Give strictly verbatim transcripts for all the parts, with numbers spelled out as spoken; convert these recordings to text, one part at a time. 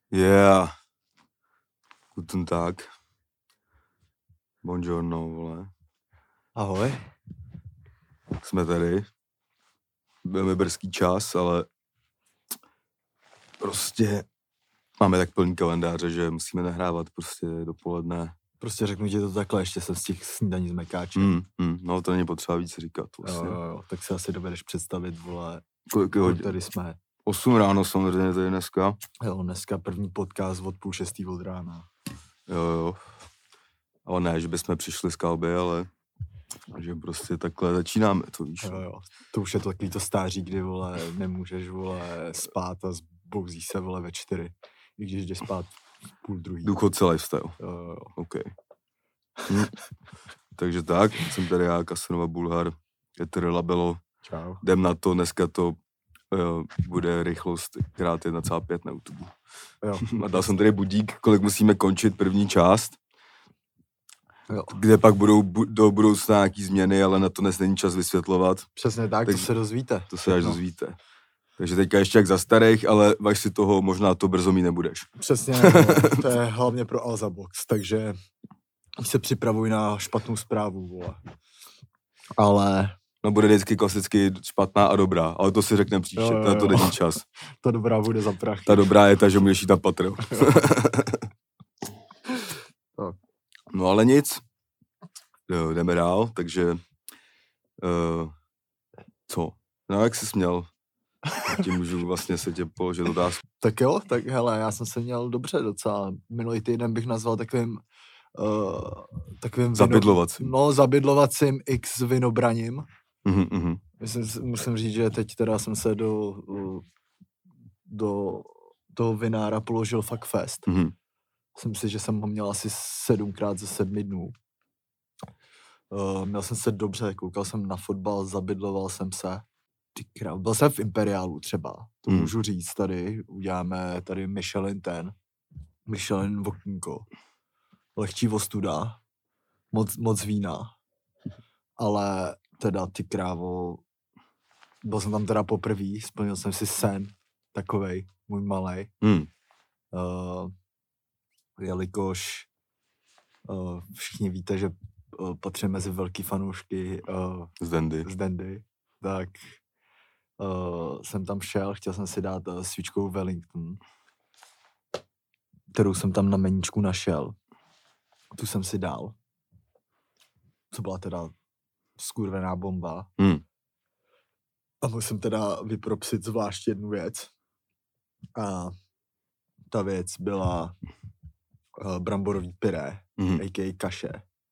Yeah. Guten Tag. Buongiorno, vole. Ahoj. Jsme tady. Budeme brzký čas, ale prostě máme tak plný kalendáře, že musíme nahrávat prostě dopoledne. Prostě řeknu ti to takhle, ještě jsem z těch snídaní s mekáčem. Mm, mm, no to není potřeba víc říkat. Vlastně. Jo, jo, jo, tak si asi dovedeš představit, vole, Kolik je hodin? tady jsme. osm ráno samozřejmě tady dneska. Jo, dneska první podcast od půl šestý od rána. Jo, jo. Ale ne, že bychom přišli z kalby, ale že prostě takhle začínáme, to víš. Jo, jo, to už je to takový to stáří, kdy, vole, nemůžeš, vole, spát a zbouzíš se, vole, ve čtyři. I když jdeš spát v půl druhý. Důchodce lifestyle. Jo, jo, jo. OK. Hm. Takže tak, jsem tady já, Kasanova Bulhar, Ether Labelo. Čau. Jdem na to, dneska to uh, bude rychlost krát jedna celá pět na YouTube. Jo. A dal jsem tady budík, kolik musíme končit první část, Jo. kde pak budou bu- do budoucna nějaký změny, ale na to dnes není čas vysvětlovat. Přesně tak, Tak to se dozvíte. To se až No. dozvíte. Takže teďka ještě jak za starých, ale važ si toho, možná to brzo mít nebudeš. Přesně, no, to je hlavně pro Alza Box, takže se připravuj na špatnou zprávu, vole. Ale No bude vždycky klasicky špatná a dobrá, ale to si řekneme příště, Jo, jo, na to jo. není čas. ta dobrá bude za prachy. Ta dobrá je ta, že můžeš jít na Patreon. Tak. No ale nic. Jo, jdeme dál, takže uh, co? No jak jsi směl? Ti můžu vlastně se tě položit otázku. Tak jo, tak hele, já jsem se měl dobře docela. Minulý týden bych nazval takovým uh, takovým Zabydlovacím. No, zabydlovacím x vinobraním. Mhm, mhm. Myslím, musím říct, že teď teda jsem se do, uh, do toho vinára položil fakt fest. Mhm. Myslím si, že jsem ho měl asi sedmkrát ze sedmi dnů. Uh, měl jsem se dobře, koukal jsem na fotbal, zabydloval jsem se. Ty král, byl jsem v Imperiálu třeba, to Hmm. můžu říct tady, uděláme tady Michelin ten, Michelin okýnko, lehčí ostuda, moc, moc vína, ale teda ty krávo, byl jsem tam teda poprvé, splnil jsem si sen, takovej, můj malej, Hmm. uh, jelikož uh, všichni víte, že uh, patřím mezi velký fanoušky uh, Z Dendy. z Dendy, tak uh, jsem tam šel, chtěl jsem si dát uh, svíčkovou Wellington, kterou jsem tam na meníčku našel. Tu jsem si dal. Co byla teda skurvená bomba. Hmm. A musím teda vypropsit zvlášť jednu věc. A ta věc byla uh, bramborový pyré, Mhm. a k a kaše.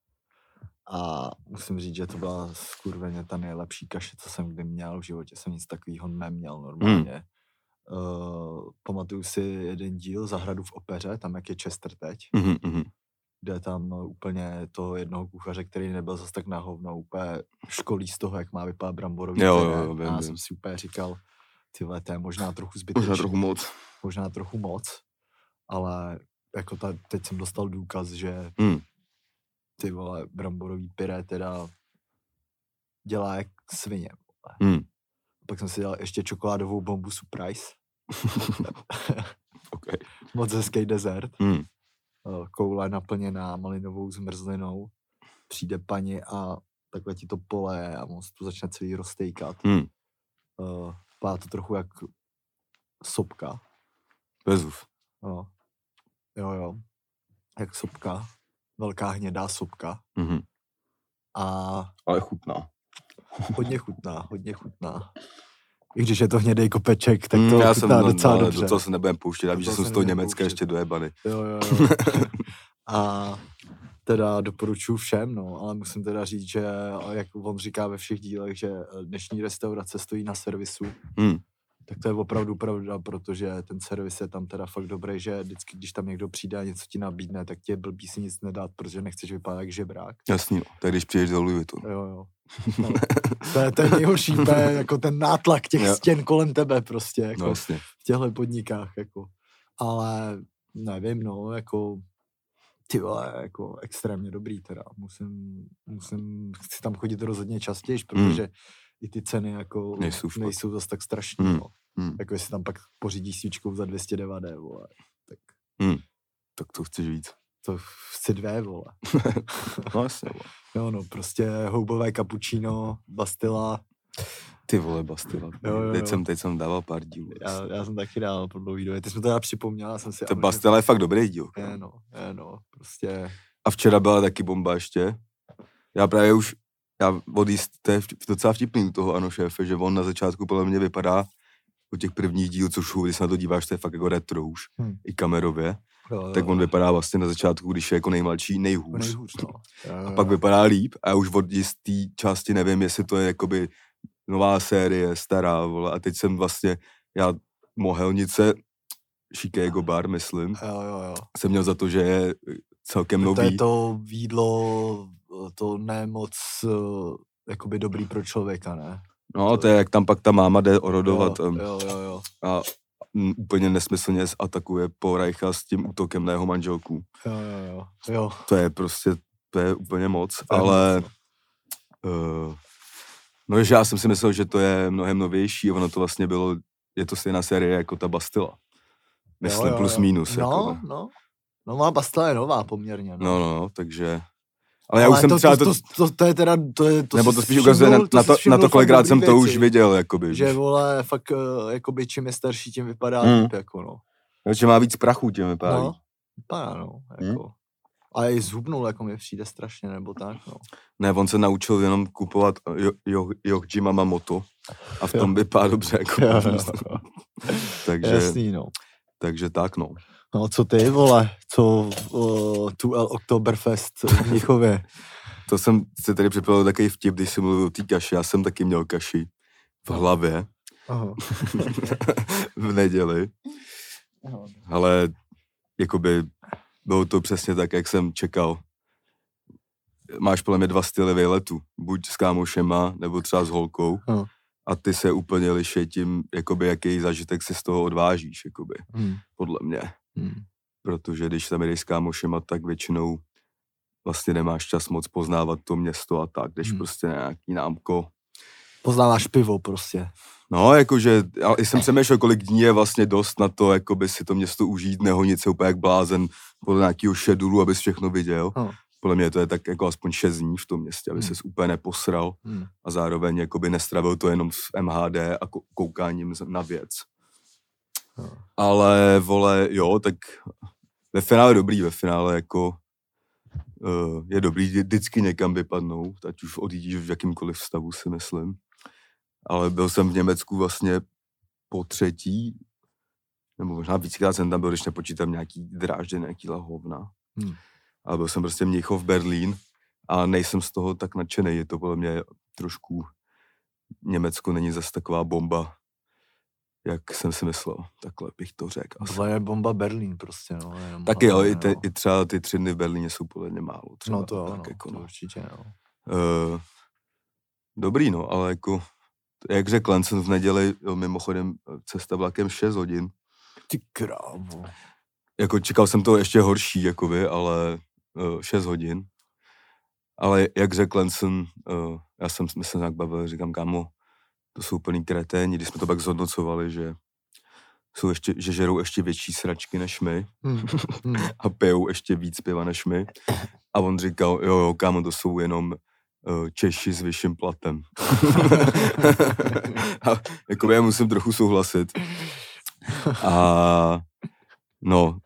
A musím říct, že to byla skurveně ta nejlepší kaše, co jsem kdy měl. V životě jsem nic takového neměl normálně. Mm. Uh, pamatuju si jeden díl Zahradu v opeře, tam jak je Chester teď, Mhm, mhm. kde tam úplně toho jednoho kuchaře, který nebyl zase tak na hovno, úplně školí z toho, jak má vypadat bramborový Jo, pyré. jo, jo, vím, A já vím. jsem si úplně říkal, tyhle, to je možná trochu zbytečný. Možná trochu moc. Možná trochu moc, ale jako ta, teď jsem dostal důkaz, že Hmm. ty vole, bramborový pyré teda dělá jak svině. Vole. Hmm. Pak jsem si dal ještě čokoládovou bombu surprise. Okay. Moc hezký dezert. Hmm. Uh, Koule naplněná malinovou zmrzlinou. Přijde paní a takhle ti to poleje a on se to začne celý roztejkat. Hmm. Uh, Vypadá to trochu jak sopka. Bezuf. No. Jo, jo. Jak sopka. Velká hnědá sopka. Mhm. A Ale chutná. hodně chutná, hodně chutná. I když je to hnědej kopeček, tak to Hmm, já jsem chutná no, docela no, dobře. do toho se nebudem pouštět, já víš, Do že toho jsem se z toho nebudem Německa pouštět. ještě dojebany. Jo, jo, jo. A teda doporučuji všem, no, ale musím teda říct, že jak on říká ve všech dílech, že dnešní restaurace stojí na servisu, Hmm. tak to je opravdu pravda, protože ten servis je tam teda fakt dobrý, že vždycky, když tam někdo přijde a něco ti nabídne, tak ti je blbý si nic nedát, protože nechceš vypadat jak žebrák. Jasný, no. Tak když přijdeš do Louis Vuitton. Jo, jo. No, to je ten nejhorší, to je jako ten nátlak těch Jo. stěn kolem tebe prostě, jako No jasně. v těchto podnikách, jako. Ale nevím, no, jako ty vole, jako extrémně dobrý teda. Musím, musím, chci tam chodit rozhodně častěji, protože mm. i ty ceny jako nejsou, nejsou zase tak strašný, mm. no. Mm. Jako jestli tam pak pořídíš svíčkou za dvě stě devadesát, vole. tak... Hmm. Tak to chceš víc. To chci dvě, vole. No jasně, vole. Jo, no, prostě houbové kapučíno, Bastila. Ty vole, Bastila. Jo, jo, teď, jo. jsem, teď jsem dával pár dílů. Já, já jsem taky dál po dlouhý době. Ty jsi mi to teda připomněl, já jsem si... To Bastila je fakt dobrý díl. Je, no, je, no, prostě... A včera byla taky bomba ještě. Já právě už, já odjíst, to je docela vtipný u toho, ano, šéfe, že on na začátku podle mě vypadá u těch prvních dílů, což když se na to díváš, to je fakt jako retro už, hmm. i kamerově. Jo, jo, tak on vypadá vlastně na začátku, když je jako nejmladší, nejhůř. nejhůř no. jo, jo. A pak vypadá líp a já už od jisté části nevím, jestli to je jakoby nová série, stará, vole. A teď jsem vlastně, já Mohelnice, Chicago Bar, myslím, jo, jo, jo. jsem měl za to, že je celkem nový. To je to vídlo, to ne moc jakoby dobrý pro člověka, ne? No, to, to je, jak tam pak ta máma jde orodovat. Jo, jo, jo, jo. A m, úplně nesmyslně atakuje Paul Reicha s tím útokem na jeho manželku. Jo, jo, jo. jo. To je prostě, to je úplně moc, to ale... Moc, uh, no, že já jsem si myslel, že to je mnohem novější, ono to vlastně bylo, je to stejná série jako ta Bastila. Myslím, jo, jo, plus minus. No, jako, no. No, má Bastila je nová poměrně. No, no, no, takže... Ale já ale už jsem to, třeba... To, to, to, to je teda... To je, to nebo to spíš ukazuje na, na, to, na to, kolikrát jsem to věci, už viděl, jakoby. Že, vole, fakt, jakoby, čím je starší, tím vypadá hmm. líp, jako, no. Že má víc prachu, tím vypadá. No, vypadá, no, jako. Hmm. A i zhubnul, jako mi přijde strašně, nebo tak, no. Ne, on se naučil jenom kupovat jo, jo, Yohji Mamamoto a v tom jo. vypadá dobře, jako. Jo, jo, jo. takže, jasný, no. Takže tak, no. No, co ty, vole, co uh, tu El Oktoberfest v Mnichově? To jsem si tady připravil takový vtip, když jsem mluvil o té kaši. Já jsem taky měl kaši v hlavě. Aha. v neděli. Aha. Ale jakoby bylo to přesně tak, jak jsem čekal. Máš podle mě dva styly výletu. Buď s kámošema, nebo třeba s holkou. Aha. A ty se úplně liší tím, jakoby, jaký zážitek si z toho odvážíš, jakoby, hmm. podle mě. Hmm. Protože když tam jdeš s kámošema, tak většinou vlastně nemáš čas moc poznávat to město a tak, jdeš hmm. prostě na nějaký námko. Poznáváš pivo prostě. No, jakože, já jsem přemýšlel, kolik dní je vlastně dost na to, jakoby si to město užít, nehonit se úplně jak blázen podle nějakého šedulu, abys všechno viděl. Hmm. Podle mě to je tak jako aspoň šest dní v tom městě, aby hmm. ses úplně neposral hmm. a zároveň jakoby nestravil to jenom s M H D a koukáním na věc. Hmm. Ale, vole, jo, tak ve finále dobrý, ve finále jako uh, je dobrý vždycky někam vypadnout, ať už odjíždíš v jakýmkoliv stavu, si myslím. Ale byl jsem v Německu vlastně po třetí, nebo možná víckrát jsem tam byl, když nepočítám nějaký dráždy, nějaký lahovna. Hmm. Ale byl jsem prostě Mnichov, Berlín a nejsem z toho tak nadšený. Je to podle mě trošku, Německo není zase taková bomba, jak jsem si myslel. Takhle bych to řekl. Tohle je bomba Berlín prostě, no. Taky jo, i, te, i třeba ty tři dny v Berlíně jsou podle mě málo. Třeba, no to jo, tak no, jako, to no. určitě, no. Uh, dobrý, no, ale jako, jak řekl, jsem v neděli, jo, mimochodem, cesta vlakem šest hodin. Ty krávo. Jako čekal jsem to ještě horší, jakoby, ale uh, šest hodin. Ale jak řekl jsem, uh, já jsem se nějak bavil, říkám, kámo, to jsou plný kreténi, když jsme to pak zhodnocovali, že jsou ještě, že žerou ještě větší sračky než my hmm. Hmm. a pijou ještě víc piva než my. A on říkal, jo, jo, kámo, to jsou jenom uh, Češi s vyšším platem. A jakoby já musím trochu souhlasit. A no,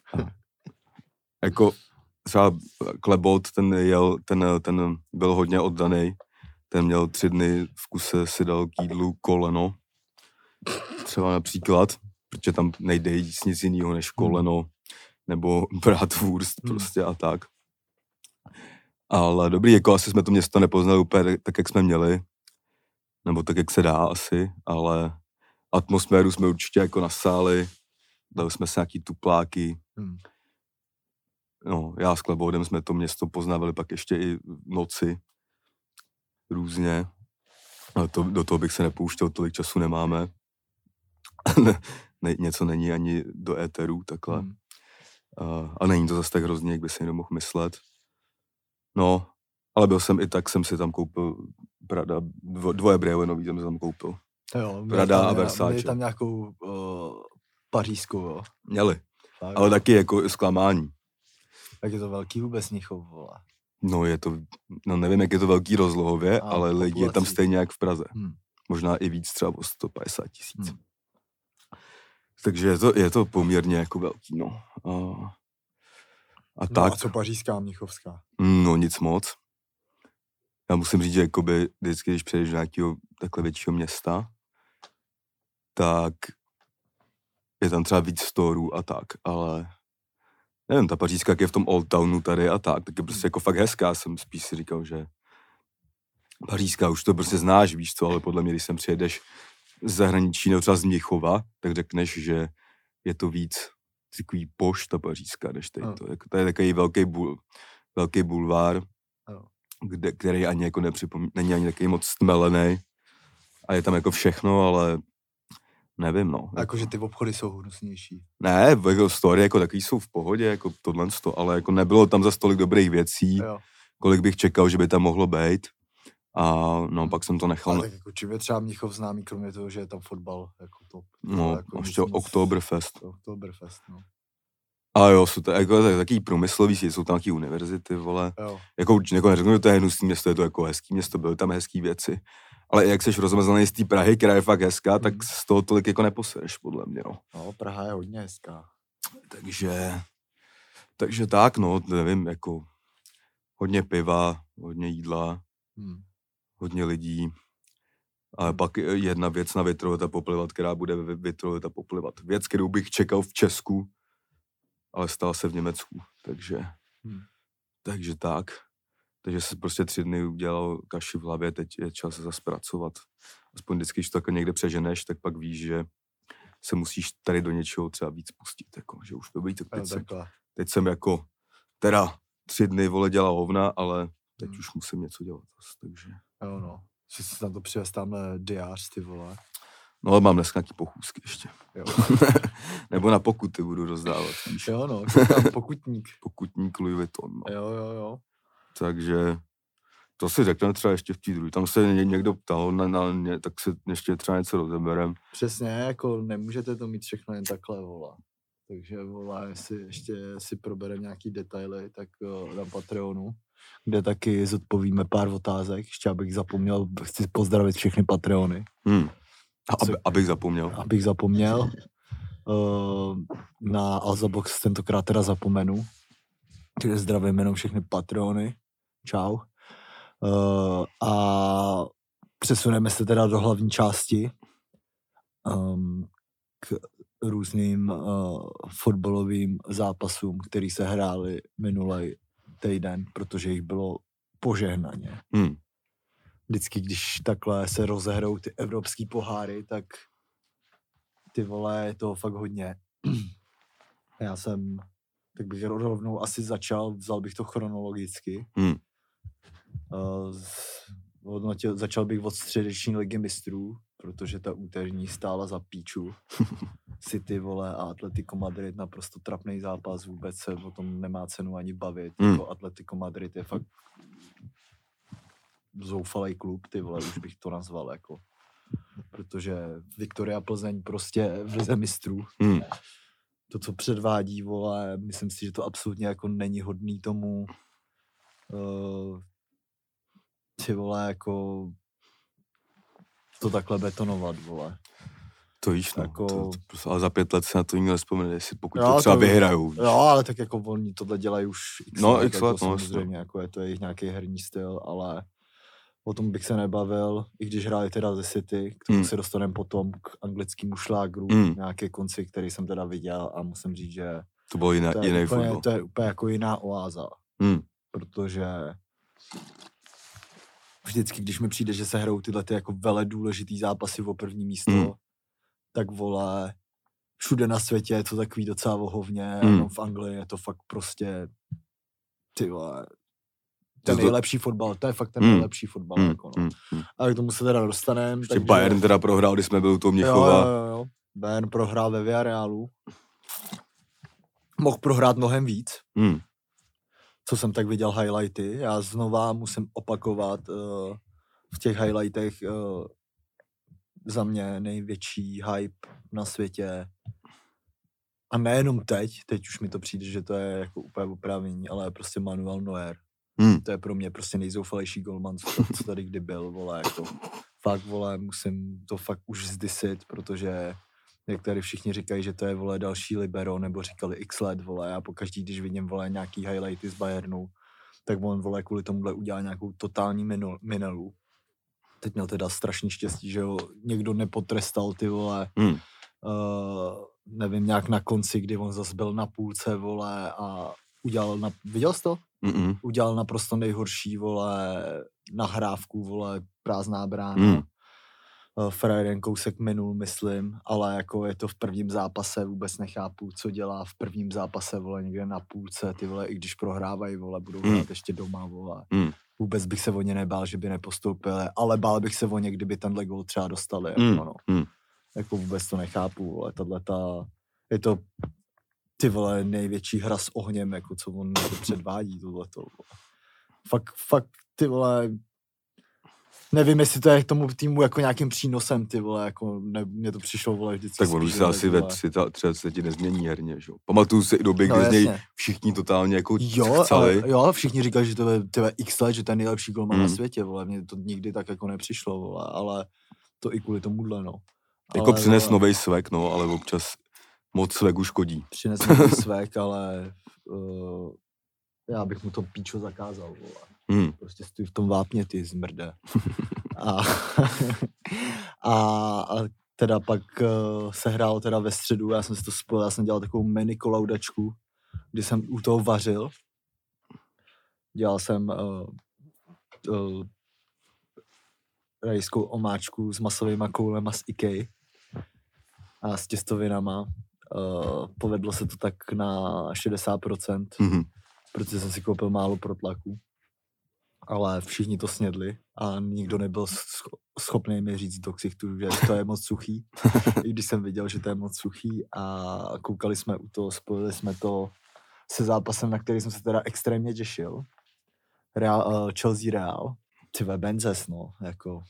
jako třeba Klebot, ten jel, ten, ten byl hodně oddaný, ten měl tři dny v kuse, si dal k jídlu koleno, třeba například, protože tam nejde jíst nic jiného než koleno, nebo bratwurst prostě a tak. Ale dobrý, jako asi jsme to město nepoznali úplně tak, jak jsme měli, nebo tak, jak se dá asi, ale atmosféru jsme určitě jako nasáli, dali jsme se nějaký tupláky. Hmm. No, já s Klebodem jsme to město poznávali pak ještě i v noci různě. Ale to, do toho bych se nepouštěl, tolik času nemáme. ne, ne, něco není ani do éteru, takhle. Hmm. A, a není to zase tak hrozně, jak by si někdo mohl myslet. No, ale byl jsem i tak, jsem si tam koupil Prada, dvo, dvoje brejle nový jsem si tam koupil. Jo, Prada a Versace. Měli tam nějakou uh, pařížskou, jo. Měli. Fakt, ale taky jako zklamání. Tak je to velký vůbec Mnichov, vole. No je to, no nevím, jak je to velký rozlohově, A, ale lidi je tam stejně jak v Praze. Hmm. Možná i víc, třeba o sto padesát tisíc. Hmm. Takže je to, je to poměrně jako velký, no. A, a No tak. a co pařížská, mnichovská? No nic moc. Já musím říct, že jakoby vždycky, když přijdeš do nějakého takhle většího města, tak je tam třeba víc storů a tak, ale nevím, ta pařížská, jak je v tom Old Townu tady a tak, tak je prostě jako fakt hezká. Jsem spíš si říkal, že pařížská, už to prostě znáš, víš co, ale podle mě, když sem přijedeš z zahraničí nebo třeba z Mnichova, tak řekneš, že je to víc takový poš, ta pařížská, než tady to. Jako, to je takový velký, bul, velký bulvár, kde, který ani jako nepřipomíná, není ani takový moc stmelený a je tam jako všechno, ale nevím, no. A jakože ty obchody jsou hnusnější. Ne, jako story jako takový jsou v pohodě, jako tohle, ale jako nebylo tam za tolik dobrých věcí, Jo. kolik bych čekal, že by tam mohlo být. A no, pak jsem to nechal. Ale tak jako čím je třeba Mnichov známý, kromě toho, že je tam fotbal, jako top. No, jako ještě Oktoberfest. Oktoberfest, no. A jo, jsou to jako tak, takový průmyslový, jsou tam taky univerzity, vole. Jo. Jako, jako neřeknu, že to je hnusný město, je to jako hezký město, byly tam hezký věci. Ale jak seš rozmazaný z té Prahy, která je fakt hezká, hmm. tak z toho tolik jako neposereš, podle mě, no. No, Praha je hodně hezká. Takže, takže tak, no, nevím, jako hodně piva, hodně jídla, hmm. hodně lidí. A pak jedna věc na Vytrovat a poplivat, která bude Vytrovat a poplivat. Věc, kterou bych čekal v Česku, ale stala se v Německu, takže, hmm. takže tak. Takže se prostě tři dny udělal kaši v hlavě, teď je čas se zase pracovat. Aspoň vždycky, když to jako někde přeženeš, tak pak víš, že se musíš tady do něčeho třeba víc pustit, jako, že už to být, tak teď, jsem, teď jsem jako, teda tři dny, vole, dělal hovna, ale teď hmm. už musím něco dělat, takže. Jo, no, že jsi tam to přivez tamhle diář, ty vole. No, ale mám dneska nějaký pochůzky ještě. Jo. Nebo na pokuty budu rozdávat, víš. Jo, no, tam pokutník. Pokutník Louis Vuitton, no. Jo, jo, jo. Takže to si řekneme třeba ještě v té druhé. Tam se někdo ptal na, na mě, tak se ještě třeba něco rozeberem. Přesně, jako nemůžete to mít všechno jen takhle, vola. Takže, vola, jestli ještě si probereme nějaký detaily, tak uh, na Patreonu, kde taky zodpovíme pár otázek. Ještě abych zapomněl, chci pozdravit všechny Patreony. Hmm. Aby, abych zapomněl. Abych zapomněl. Uh, na Alzabox tentokrát teda zapomenu. Takže zdravím jenom všechny Patreony. Čau. Uh, a přesuneme se teda do hlavní části um, k různým uh, fotbalovým zápasům, který se hrály minulý týden, protože jich bylo požehnaně. Hmm. Vždycky, když takhle se rozehrou ty evropský poháry, tak ty vole, je to fakt hodně. Já jsem, tak bych rovnou asi začal, vzal bych to chronologicky. Hmm. Uh, hodnotil, začal bych od středeční ligy mistrů, protože ta úterní stála za píču. City, vole, a Atletico Madrid, naprosto trapný zápas, vůbec se o tom nemá cenu ani bavit. Hmm. Jako Atletico Madrid je fakt zoufalej klub, ty vole, už bych to nazval, jako. Protože Viktoria Plzeň prostě v lize mistrů. Hmm. To, co předvádí, vole, myslím si, že to absolutně jako není hodný tomu uh, ty vole, jako to takhle betonovat, vole. To víš, no. Jako... To, to, ale za pět let se na to nikdo nespomene, jestli pokud jo, to třeba to, vyhrajou. Jo, ale tak jako oni tohle dělají už x no, let, x jako let, no, samozřejmě, no. Jako je to jejich nějaký herní styl, ale o tom bych se nebavil, i když hráli teda ze City, k tomu mm. se dostaneme potom k anglickému šlágru, mm. nějaké konci, který jsem teda viděl a musím říct, že to bylo jiné, to jiný úplně, fotbal. To je úplně jako jiná oáza, mm. protože vždycky, když mi přijde, že se hrajou tyhle ty jako vele důležitý zápasy o první místo, mm. tak vole, všude na světě je to takový docela vohovně, mm. jenom v Anglii je to fakt prostě, ty vole, ten to nejlepší fotbal, to je fakt ten mm. nejlepší fotbal, mm. jako no. Mm. A k tomu se teda dostaneme. Ještě takže... Bayern teda prohrál, když jsme byli u toho Mnichova. Jo, jo, jo. Bayern prohrál ve Villarealu. Mohl prohrát mnohem víc. Mm. Co jsem tak viděl highlighty. Já znova musím opakovat uh, v těch highlightech uh, za mě největší hype na světě a nejenom teď, teď už mi to přijde, že to je jako úplně oprávnění, ale prostě Manuel Neuer. Hmm. To je pro mě prostě nejzoufalejší golman, co, co tady kdy byl, vole, jako fakt, vole, musím to fakt už zdisit, protože jak tady všichni říkají, že to je, vole, další libero, nebo říkali x let, vole, já pokaždý, když vidím, vole, nějaký highlighty z Bayernu, tak on, vole, kvůli tomuhle udělal nějakou totální minul, minelu. Teď měl teda strašný štěstí, že ho někdo nepotrestal, ty vole, hmm. uh, nevím, nějak na konci, kdy on zase byl na půlce, vole, a udělal, na, viděl jsi to? Mm-mm. Udělal naprosto nejhorší, vole, nahrávku, vole, prázdná brána. Hmm. Frajerem kousek minul, myslím, ale jako je to v prvním zápase, vůbec nechápu, co dělá v prvním zápase, vole, někde na půlce, ty vole, i když prohrávají, vole, budou hrát mm. ještě doma, vole. Mm. Vůbec bych se o ně nebál, že by nepostoupili, ale bál bych se o ně, kdyby tenhle gól třeba dostali, jako, mm. no. Mm. Jako vůbec to nechápu, vole, tato, je to, ty vole, největší hra s ohněm, jako co on předvádí, tohleto, vole. Fakt, fakt, ty vole, nevím, jestli to je k tomu týmu jako nějakým přínosem, ty vole, jako ne, mně to přišlo, vole, vždycky. Tak on už se asi ve třiceti nezmění herně, že jo. Pamatuju si i doby, kdy no, z něj všichni totálně jako jo, chceli. Ale, jo, všichni říkali, že to je tyhle x let, že to je nejlepší golman mm. na světě, vole, mně to nikdy tak jako nepřišlo, vole, ale to i kvůli tomuhle, no. Jako ale, přines novej svek, no, ale občas moc svek už škodí. Přines novej svek, ale uh, já bych mu to píčo zakázal, vole. Hmm. Prostě stojí v tom vápně, ty zmrde. A, a, a teda pak uh, se hrálo teda ve středu, já jsem si to spojil, já jsem dělal takovou mini kolaudačku, kdy jsem u toho vařil. Dělal jsem uh, uh, rajskou omáčku s masovýma koulema z Ikea a s těstovinama. Uh, povedlo se to tak na šedesát procent, mm-hmm. protože jsem si koupil málo protlaku. Ale všichni to snědli a nikdo nebyl schopný mi říct do ksichtu, že to je moc suchý. I když jsem viděl, že to je moc suchý a koukali jsme u toho, spojili jsme to se zápasem, na který jsem se teda extrémně těšil. Real, uh, Chelsea Real. Tyve Benzes, no, jako...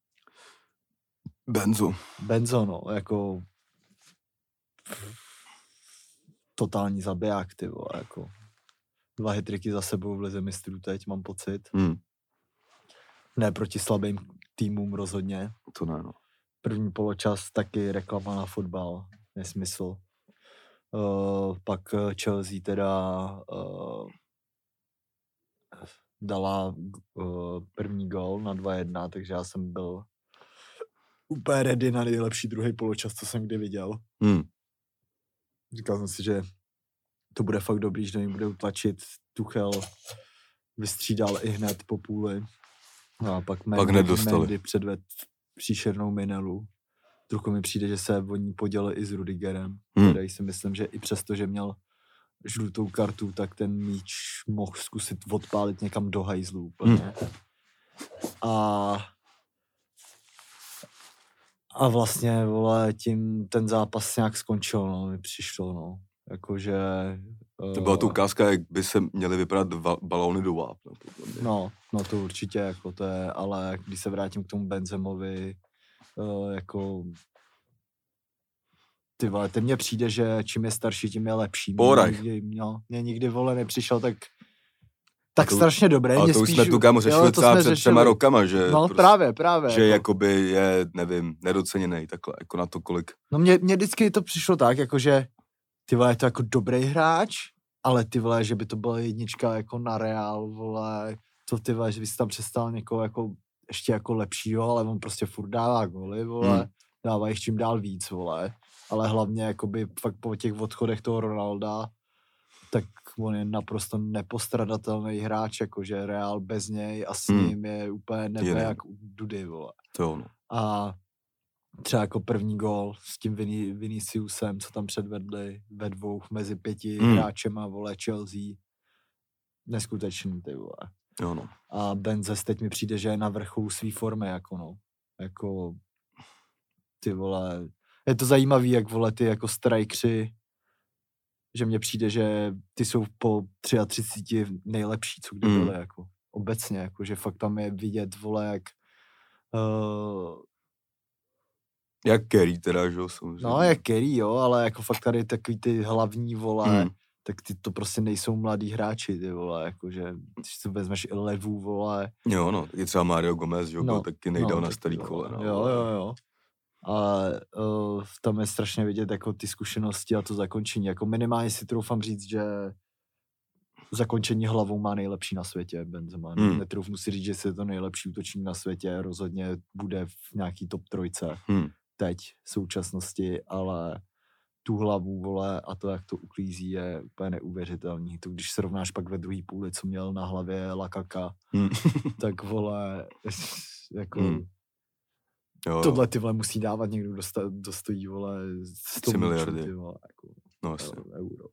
Benzo. Benzo, no, jako... Totální zabiják, ty vole, jako... Dva hitriky za sebou v lize mistrů teď, mám pocit. Hmm. Ne proti slabým týmům rozhodně. To ne, no. První poločas taky reklama na fotbal, nesmysl. Uh, pak Chelsea teda uh, dala uh, první gól na dva jedna, takže já jsem byl úplně ready na nejlepší druhý poločas, co jsem kdy viděl. Hmm. Říkal jsem si, že to bude fakt dobrý, že do ní bude utlačit. Tuchel vystřídal i hned po půli. No a pak Mendy, Mendy předved příšernou minelu. Trochu mi přijde, že se o ní podělil i s Rudigerem, hmm. který si myslím, že i přesto, že měl žlutou kartu, tak ten míč mohl zkusit odpálit někam do hajzlu úplně. Hmm. A a vlastně, vole, tím ten zápas nějak skončil, no, mi přišlo, no. Jakože... To byla tu ukázka, jak by se měly vypadat va- balóny do vápna. No, no to určitě, jako to je, ale když se vrátím k tomu Benzemovi, uh, jako... Ty vole, ten mně přijde, že čím je starší, tím je lepší. Mně nikdy, no, mě nikdy, vole, nepřišel tak... Tak to, strašně dobré. Ale to už jsme tu, kámo, řešili třeba před třema rokama, že... No prostě, právě, právě. Že jako. jakoby je, nevím, nedoceněnej takhle, jako na to kolik... No mně, mně vždycky to přišlo tak, jakože ty vole, je to jako dobrý hráč, ale ty vole, že by to byla jednička jako na Real, vole, to ty vole, že by si tam přestal někoho jako ještě jako lepšího, ale on prostě furt dává goly, vole, hmm. dává jich čím dál víc, vole, ale hlavně jakoby fakt po těch odchodech toho Ronalda, tak on je naprosto nepostradatelný hráč, jakože Real bez něj a s hmm. ním je úplně nebe je. Jak u Dudy, vole. To no. A třeba jako první gól s tím Vin- Viniciusem, co tam předvedli ve dvou mezi pěti hmm. hráčema, vole, Chelsea. Neskutečný, ty vole. Jo no. A Benzes teď mi přijde, že je na vrcholu svý formy, jako no. Jako, ty vole, je to zajímavý, jak vole, ty jako strajkři, že mně přijde, že ty jsou po třiceti třech nejlepší, co kdy byly, mm. jako obecně, jako, že fakt tam je vidět, vole, jak uh, Jak Kerry teda, že jo, samozřejmě. No, jak Kerry, jo, ale jako fakt tady takový ty hlavní, vole, hmm. tak ty to prostě nejsou mladí hráči, ty vole, jakože, když si vezmeš i Levu, vole. Jo, no, taky třeba Mario Gomez, jo, no, byl taky nejdál no, na starý kole, no. Jo, jo, jo. A uh, tam je strašně vidět jako ty zkušenosti a to zakončení, jako minimálně si troufám říct, že zakončení hlavou má nejlepší na světě Benzema. Hmm. Netroufnu si říct, že je to nejlepší útočník na světě, rozhodně bude v nějaký top trojce hmm. teď v současnosti, ale tu hlavu, vole, a to, jak to uklízí, je úplně neuvěřitelný. To, když srovnáš pak ve druhý půli, co měl na hlavě Lakaka, hmm. tak, vole, jako hmm. jo, tohle, ty vole, musí dávat někdo, kdo dostojí, vole, sto miliardy, ty vole, jako, no, euro.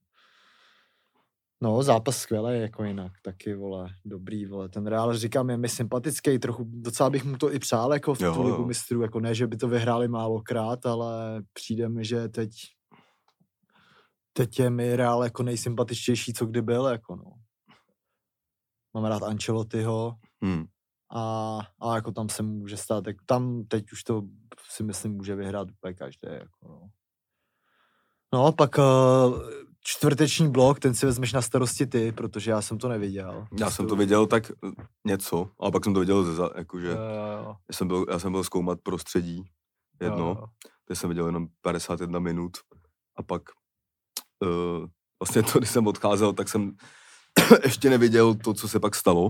No, zápas skvělý, jako jinak, taky, vole, dobrý, vole, ten Real, říkám, je mi sympatický, trochu, docela bych mu to i přál, jako v tu ligu mistrů, jako ne, že by to vyhráli málokrát, ale přijde mi, že teď, teď je mi Real jako nejsympatičtější, co kdy byl, jako no. Mám rád Ancelottiho hmm. a, a jako tam se může stát, jako tam teď už to si myslím může vyhrát úplně každý, jako no. No, pak uh, čtvrteční blok, ten si vezmeš na starosti ty, protože já jsem to neviděl. Já jsem to viděl tak něco, ale pak jsem to viděl, ze, jakože jo, jo. Já, jsem byl, já jsem byl zkoumat prostředí jedno, kde jsem viděl jenom padesát jedna minut a pak uh, vlastně to, když jsem odcházel, tak jsem ještě neviděl to, co se pak stalo,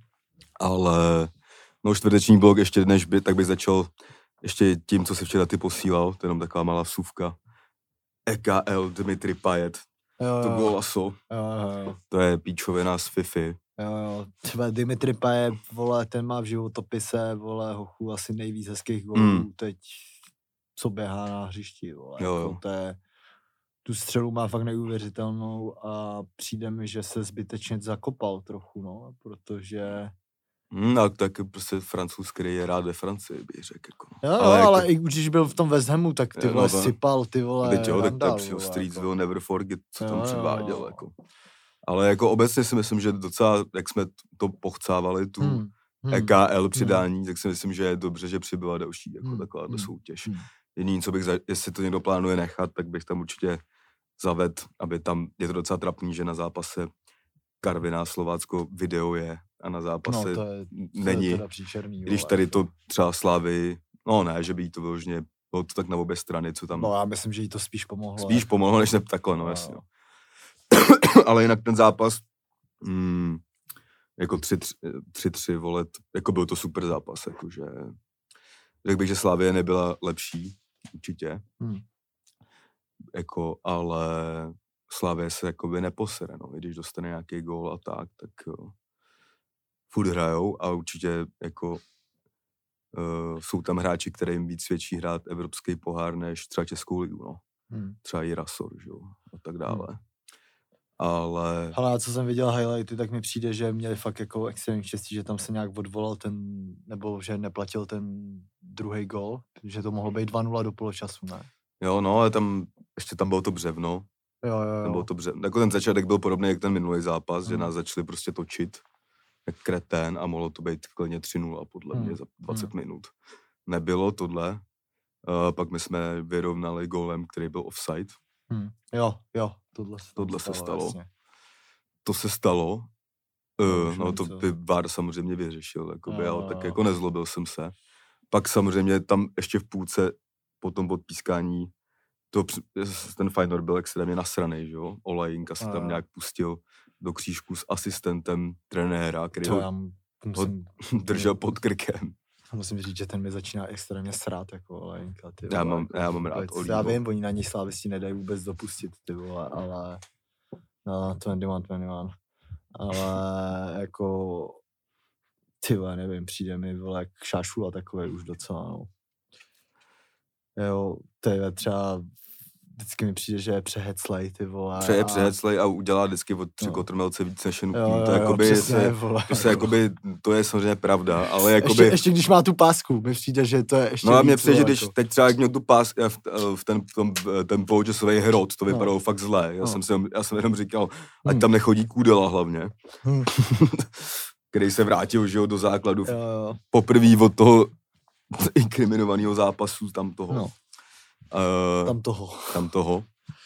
ale no čtvrteční blok ještě než by, tak bych začal ještě tím, co se včera ty posílal, to je jenom taková malá vsuvka. E K L Dimitri Payet, jo, to golaso, jo, jo, jo. To je píčovina z FIFA. Jo, jo, třeba Dimitri Payet, vole, ten má v životopise, vole, hochu asi nejvíc hezkých gólů mm. teď, co běhá na hřišti, vole, jo, jo. Jako to je, tu střelu má fakt neuvěřitelnou a přijde mi, že se zbytečně zakopal trochu, no, protože... Hmm, ale tak prostě francouz, který je rád ve Francii, bych řekl. Jako. Jo, ale, ale jako... i když byl v tom West Hamu, tak ty vole no, sypal, ty vole Teď jo, tak tam přijel Streets jako... will never forget, co jo, tam předváděl. Jako. Ale jako obecně si myslím, že docela, jak jsme to pochcávali, tu hmm, hmm, E K L přidání, hmm. tak si myslím, že je dobře, že přibyla další jako hmm, taková hmm, soutěž. Hmm. Jediný, co bych, za... jestli to někdo plánuje nechat, tak bych tam určitě zaved, aby tam, je to docela trapný, že na zápase Karviná Slovácko video je a na zápase no, to je, to není, je teda příšerný, když tady to třeba Slávy, no ne, že by jí to vyloženě, bylo to tak na obě strany, co tam... No já myslím, že jí to spíš pomohlo. Spíš jako. pomohlo, než ne takhle, no, no. jasně. Ale jinak ten zápas, mm, jako tři tři, vole, jako byl to super zápas, jakože, řekl bych, že Slávie nebyla lepší, určitě, hmm. jako, ale... Slavě se jakoby neposere, no, i když dostane nějaký gól a tak, tak jo, furt hrajou a určitě jako uh, jsou tam hráči, které jim víc svědčí hrát evropský pohár než třeba Českou ligu, no. Hmm. Třeba i Rasor, že jo, a tak dále. Hmm. Ale... Ale co jsem viděl highlighty, tak mi přijde, že měli fakt jako extrémní štěstí, že tam se nějak odvolal ten, nebo že neplatil ten druhý gól, že to mohlo být dva nula do poločasu, ne? Jo, no, ale tam, ještě tam bylo to břevno. Jo, jo, jo. Bylo to bře... Jako ten začátek byl podobný jak ten minulý zápas, hmm. že nás začali prostě točit jak kretén a mohlo to být klidně tři nula podle hmm. mě za dvacet hmm. minut. Nebylo tohle, uh, pak my jsme vyrovnali gólem, který byl offside. Hmm. Jo, jo, tohle se, tohle stalo, se stalo. Jasně. To se stalo, uh, no to by V A R samozřejmě vyřešil, jakoby, jo, ale jo, tak jo. jako nezlobil jsem se. Pak samozřejmě tam ještě v půlce po tom podpískání to, ten Feyenoord byl extrémně nasranej, že jo? Olajinka se tam nějak pustil do křížku s asistentem trenéra, který ho, musím, ho držel pod krkem. Musím říct, že ten mi začíná extrémně srát, jako Olajinka. Ty já, mám, já mám rád Olího. Já vím, oni na ní slávisti nedají vůbec dopustit, ty vole, ale no, dvacet jedna dvacet jedna. Ale jako ty vole, nevím, přijde mi, vole, jak šášula takovej už docela, no. Jo, to je třeba, vždycky mi přijde, že je přeheclej, ty vole. Pře, je přeheclej a udělá vždycky od tři no. kotrmelce víc než je nutný. To, jakoby přesně, se, to se jakoby, to je samozřejmě pravda, ale jakoby... Ještě, ještě když má tu pásku, mi přijde, že to je ještě no a mně přijde, že když jako... teď třeba jak měl tu pásku, v, v ten, tom, ten poločasový hrot, to vypadalo no. fakt zlé. Já, no. jsem si, já jsem jenom říkal, ať hmm. tam nechodí Kůdela hlavně. Hmm. Který se vrátil, že jo, do základu. Jo, jo. Poprvé od toho inkriminovaného zápasu tam toho. No. Uh, tam toho. Tam toho.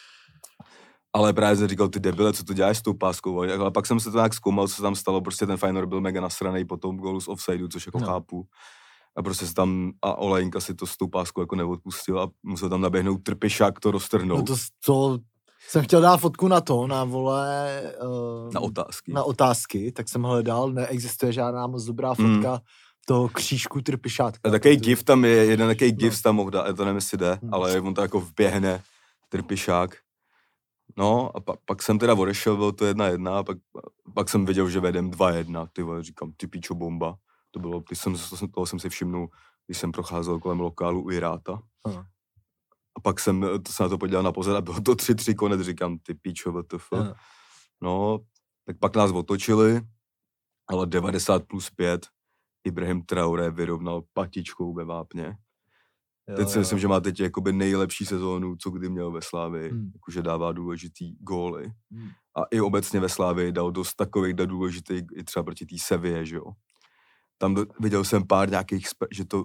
Ale právě jsem říkal, ty debile, co to děláš s tou páskou, ale pak jsem se to nějak zkoumal, co se tam stalo, prostě ten Feyenoord byl mega nasranej po tom gólu z offsideu, což jako no. chápu. A prostě se tam, a Olejnka si to s tou páskou jako neodpustil a musel tam naběhnout Trpišák to roztrhnout. No to, to jsem chtěl dát fotku na to, na vole... Uh, na otázky. Na otázky, tak jsem hledal, neexistuje žádná moc dobrá fotka mm. toho křížku Trpišátka. A takový gif tam je, jeden takový gif no. tam mohl dát, to nevím, jestli jde, hmm. ale on to jako vběhne, Trpišák. No a pa, pak jsem teda odešel, bylo to jedna jedna a pak, pak jsem viděl, že vedem dva jedna, ty vole, říkám, ty píčo bomba. To bylo, když jsem, toho jsem si všimnul, když jsem procházel kolem lokálu u Jiráta. Hmm. A pak jsem to se na to podíval na pozad a bylo to tři tři konec, říkám, ty píčo, W T F. Hmm. No, tak pak nás otočili, ale devadesát plus pět Ibrahim Traoré vyrovnal patičkou ve Vápně. Jo, teď si myslím, že má teď jakoby nejlepší sezónu, co kdy měl ve Slávii, hmm. jakože dává důležitý góly. Hmm. A i obecně ve Slávii dal dost takových důležitých, i třeba proti té Sevě, že jo. Tam do, viděl jsem pár nějakých, že to,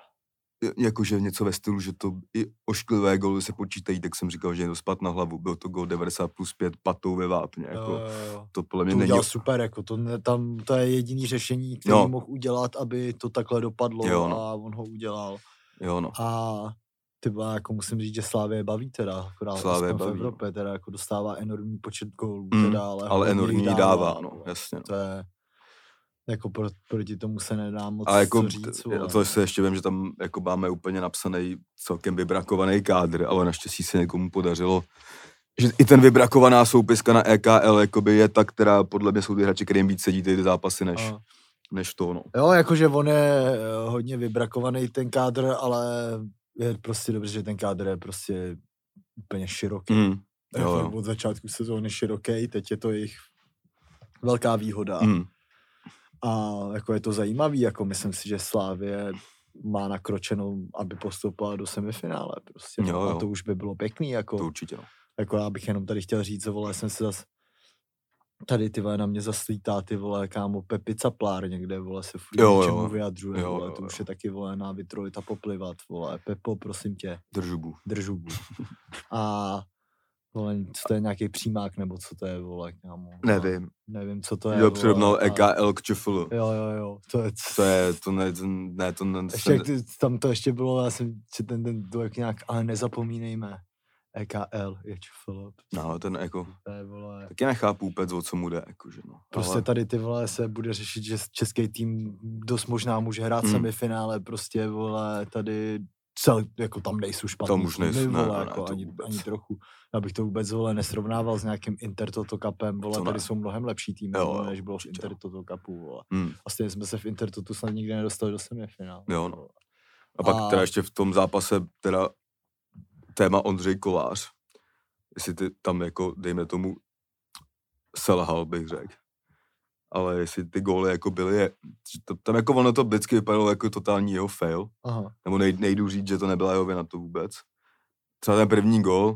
jakože něco ve stylu, že to i ošklivé góly se počítají, tak jsem říkal, že je to spad na hlavu. Byl to gól devadesát plus pět patou ve Vápně, jako jo, jo. To podle mě to není... udělal super, jako to, ne, tam, to je jediný řešení, který no. mohl udělat, aby to takhle dopadlo jo, no. a on ho udělal. Jo, no. A tyba, jako musím říct, že Slávě baví teda, Slávě baví. V Evropě teda jako dostává enormní počet gólů mm, teda, ale, ale enormní dává, dává, no, jasně. No. To je, jako pro, proti tomu se nedá moc a jako, co říct. A to se ještě vím, že tam jako máme úplně napsaný celkem vybrakovaný kádr, ale naštěstí se někomu podařilo, že i ten vybrakovaná soupiska na E K L jakoby je ta, která podle mě jsou ty hráči, kterým víc sedí ty zápasy než... A. než to, no. Jo, jakože on je hodně vybrakovaný ten kádr, ale je prostě dobře, že ten kádr je prostě úplně široký. Mm, jo, jo. Od začátku sezóny široký, teď je to jejich velká výhoda. Mm. A jako je to zajímavý, jako myslím si, že Slávie má nakročenou, aby postoupila do semifinále prostě. Jo, jo. A to už by bylo pěkný, jako. To určitě, no. Jako já bych jenom tady chtěl říct, vole, jsem si zase tady, ty vole, na mě zaslítá, ty vole, kámo, Pepi Caplár někde, vole, se furt něčemu vyjadřuje, jo, vole, jo, to jo. už je taky, vole, na vytrojit a poplivat, vole, Pepo, prosím tě. Držubu. Držubu. A, vole, co to je nějaký přímák, nebo co to je, vole, kámo. Nevím. Nevím, co to je, jo, přirovnal E K L k Č F L. Jo, jo, jo, to je... To je, to ne, to ne, to ne... Ještě, jak ty, tam to ještě bylo, já jsem, ten, ten, to jak nějak, ale nezapomínejme. E K L je Č F L. No, ten jako, je, vole, taky nechápu úplně, o co mu jde, jakože no. Prostě ale... tady ty, vole, se bude řešit, že český tým dost možná může hrát mm. semifinále, prostě, vole, tady cel, jako tam nejsou špatný. Tam už nejsou, vole, ne, ne, jako ne, ani, ani trochu. Já bych to vůbec, vole, nesrovnával s nějakým Inter Toto Cupem, vole, to tady ne. Jsou mnohem lepší týmy, jo, vole, než bylo v Inter Toto Cupu, vole. Mm. A stejně jsme se v Inter Toto snad nikdy nedostali do semifinále. Jo, no. A pak a... teda ještě v tom zápase, teda téma Ondřej Kolář. Jestli ty tam jako, dejme tomu, selhal, bych řekl. Ale jestli ty góly jako byly, tam jako ono to vždycky vypadalo jako totální jeho fail. Aha. Nebo nej, nejdu říct, že to nebyla jeho vina to vůbec. Třeba ten první gól,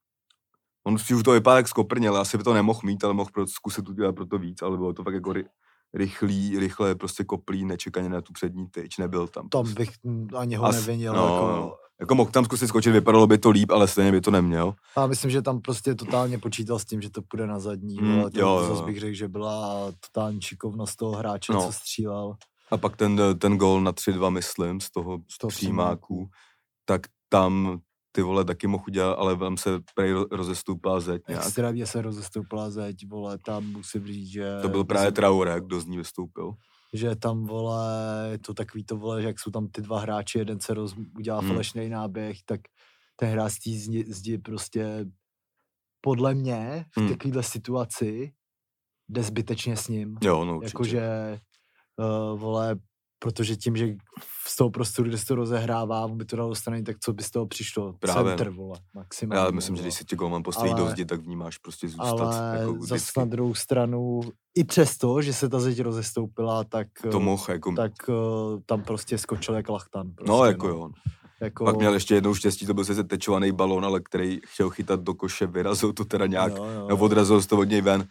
on si už to vypadá jak skoprně, ale asi by to nemohl mít, ale mohl zkusit udělat pro to víc, ale bylo to fakt jako ry, rychlý, rychle prostě koplý, nečekaně na tu přední tyč, nebyl tam. Tam bych ani ho As, nevinil, no, jako... No. Jako mohl tam zkusit skočit, vypadalo by to líp, ale stejně by to neměl. A myslím, že tam prostě totálně počítal s tím, že to půjde na zadní. Mm, ale jo, jo. Zase bych řekl, že byla totální šikovnost toho hráče, no. Co střílel. A pak ten, ten gól na tři dva, myslím, z toho, z toho přímáku, tak tam ty vole taky mohl udělat, ale vám se prej rozestoupila zeď nějak. Extrémně se rozestoupila zeď, vole, tam musím říct, že... To byl právě Traoré, kdo z ní vystoupil. Že tam, vole, je to takový to, vole, že jak jsou tam ty dva hráči, jeden se roz, udělá hmm. falešný náběh, tak ten hráč z té zdi, zdi prostě podle mě v hmm. takovéhle situaci jde zbytečně s ním. Jo, no určitě. Jakože, uh, vole, protože tím, že z toho prostoru, kde se to rozehrává, on by to dal do strany, tak co by z toho přišlo? Právě. Center, vole, maximálně. Já myslím, vole. Že když si tě golman postaví do zdi, tak vnímáš prostě zůstat. Ale jako zase na druhou stranu, i přesto, že se ta zeď rozestoupila, tak, to mohl, jako... tak uh, tam prostě skočil jak lachtan. Prostě, no, jako no. Jo. Jako... Pak měl ještě jednou štěstí, to byl sice tečovaný balón, ale který chtěl chytat do koše, vyrazil to teda nějak, jo, jo. nebo odrazil se to od něj ven.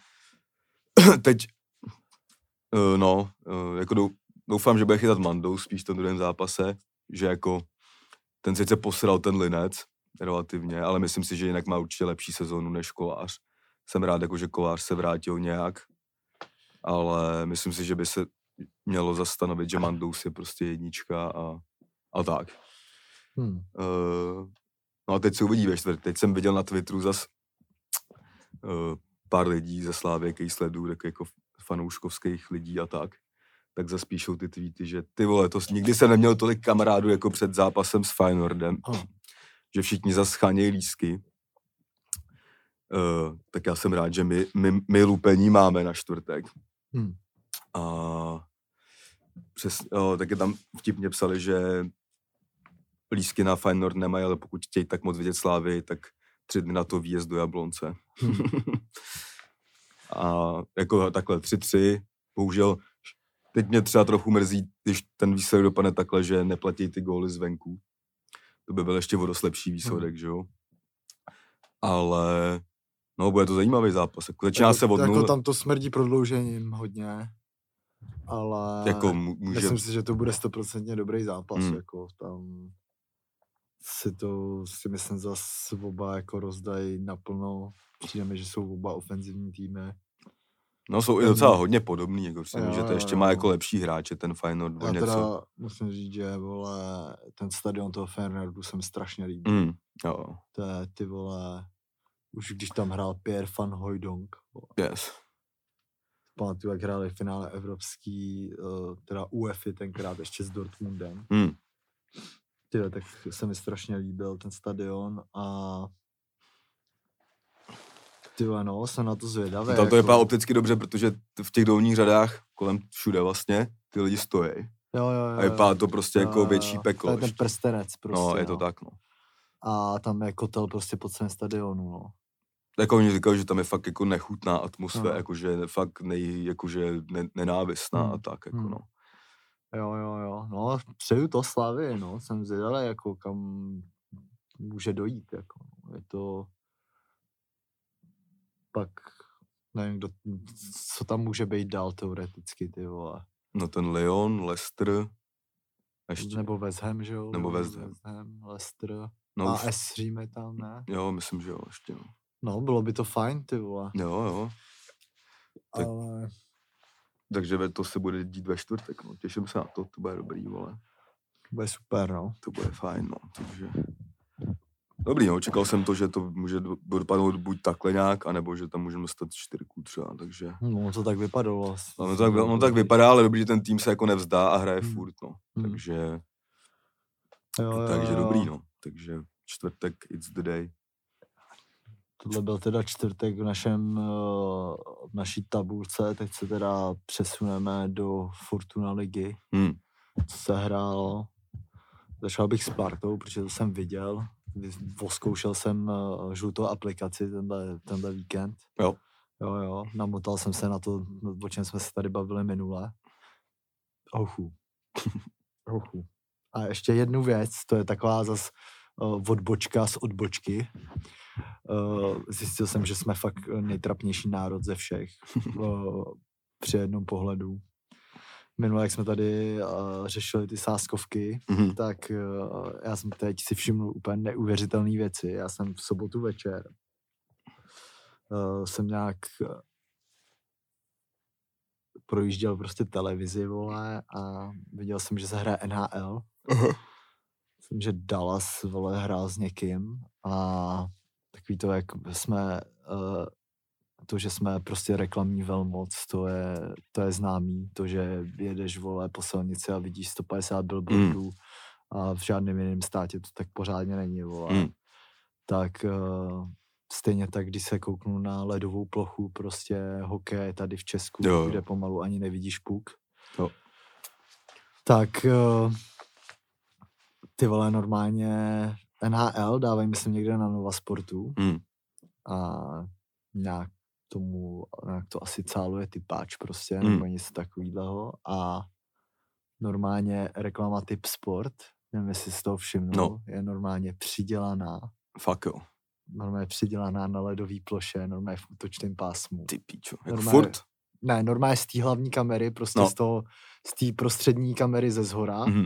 Teď, uh, no, uh, jako doufám, že bude chytat Mandou spíš v tom druhém zápase. že jako ten sice posral ten Linec relativně, ale myslím si, že jinak má určitě lepší sezónu než Kolář. Jsem rád, jako, že Kolář se vrátil nějak, ale myslím si, že by se mělo zastanovit, že Mandous je prostě jednička a, a tak. Hmm. Uh, no a teď se uvidí ve čtvrt. Teď jsem viděl na Twitteru zas uh, pár lidí ze Slávy, který sledují, tak jako fanouškovských lidí a tak. Tak zas píšou ty tweety, že ty vole, to nikdy jsem neměl tolik kamarádů jako před zápasem s Feyenoordem, oh. že všichni zas schánějí lístky. Uh, tak já jsem rád, že my, my, my lupení máme na čtvrtek. Hmm. A přes, oh, taky tam vtipně psali, že lístky na Feyenoord nemají, ale pokud chtějí tak moc vidět Slávy, tak tři dny na to výjezd do Jablonce. Hmm. A jako takhle tři tři, bohužel teď mě třeba trochu mrzí, když ten výsledek dopadne takhle, že neplatí ty góly zvenku. To by byl ještě o dost lepší výsledek, hmm. že jo? Ale no, bude to zajímavý zápas. Jako, začíná jako, se od jako nul. tam to smrdí prodloužením hodně, ale jako může... myslím si, že to bude stoprocentně dobrý zápas. Hmm. Jako tam si to si myslím zase oba jako rozdají naplno. Přijde mi, že jsou oba ofenzivní týmy. No jsou i docela hodně podobný, jako přijde, že to ještě má jako lepší hráče, ten Feyenoord. Já něco. teda musím říct, že vole, ten stadion toho Feyenoordu se mi strašně líbí. Mm, jo. To je, ty vole, už když tam hrál Pierre van Hooijdonk. Yes. Pamatuju, jak hráli v finále evropský, teda U E F I tenkrát ještě s Dortmundem. Mm. Tyhle, tak se mi strašně líbil ten stadion a tyhle, no, jsem na to zvědavý. Tam to jako... vypadá opticky dobře, protože v těch dolních řadách kolem všude vlastně ty lidi stojí. Jo, jo, jo. A vypadá to prostě jo, jako větší peklo. To je ten prstenec prostě. No, je no. to tak, no. A tam je kotel prostě po celém stadionu, no. Jako oni říkali, že tam je fakt jako nechutná atmosféra, no. jakože fakt nej, jakože ne, nenávistná hmm. a tak, jako hmm. no. Jo, jo, jo. No, přeju to Slavii, no. Jsem zvědavý, jako kam může dojít, jako. Je to... Pak nevím, kdo, co tam může být dál teoreticky, ty vole. No ten Lyon, Leicester, ještě. Nebo West Ham, že jo? Nebo West Ham. West Ham, Leicester. No, a S Řím je tam, ne? Jo, myslím, že jo, ještě no. No, bylo by to fajn, ty vole. Jo, jo. Tak, ale... Takže to se bude dít ve čtvrtek, no. Těším se na to, to bude dobrý, vole. To bude super, no. To bude fajn, no, takže... Dobrý, no, čekal jsem to, že to může dopadnout buď takhle nějak, anebo že tam můžeme dostat čtyřku třeba, takže... No, to tak vypadalo. No, tak, no, tak vypadá, ale dobrý, že ten tým se jako nevzdá a hraje hmm. furt, no. Hmm. Takže... Jo, jo, takže jo. dobrý, no. Takže čtvrtek, it's the day. Tohle byl teda čtvrtek v našem, v naší tabulce, teď se teda přesuneme do Fortuna ligy, hmm. co se hrálo. Začal bych s Spartou, protože to jsem viděl. Voskoušel jsem žlutou aplikaci tenhle, tenhle víkend. Jo. Jo, jo, namotal jsem se na to, o čem jsme se tady bavili minule. Ochu. Ochu. A ještě jednu věc, to je taková zas uh, odbočka z odbočky. Uh, zjistil jsem, že jsme fakt nejtrapnější národ ze všech. Uh, při jednom pohledu. Minule, jak jsme tady uh, řešili ty sázkovky, mm-hmm. tak uh, já jsem teď si všiml úplně neuvěřitelné věci. Já jsem v sobotu večer uh, jsem nějak uh, projížděl prostě televizi, vole, a viděl jsem, že se hraje N H L. Uh-huh. Myslím, že Dallas, vole, hrál s někým a takový to, jak jsme... Uh, to, že jsme prostě reklamní velmoc, to je, to je známý. To, že jedeš, vole, po silnici a vidíš sto padesát billboardů mm. a v žádném jiném státě to tak pořádně není, vole. Mm. Tak uh, stejně tak, když se kouknu na ledovou plochu, prostě hokej tady v Česku, jo, kde pomalu ani nevidíš puk. Jo. Tak uh, ty vole, normálně N H L dávají, myslím, někde na Nova Sportu mm. a nějak tomu, jak to asi cáluje typáč prostě, mm. nebo něco takového a normálně reklama Typ Sport, nevím, jestli z toho všimnul, no. je normálně přidělaná. Fakt jo. Normálně přidělaná na ledový ploše, normálně v útočném pásmu. Ty píčo, jako normálně, furt? Ne, normálně z té hlavní kamery, prostě no. z toho, z té prostřední kamery ze zhora, mm-hmm.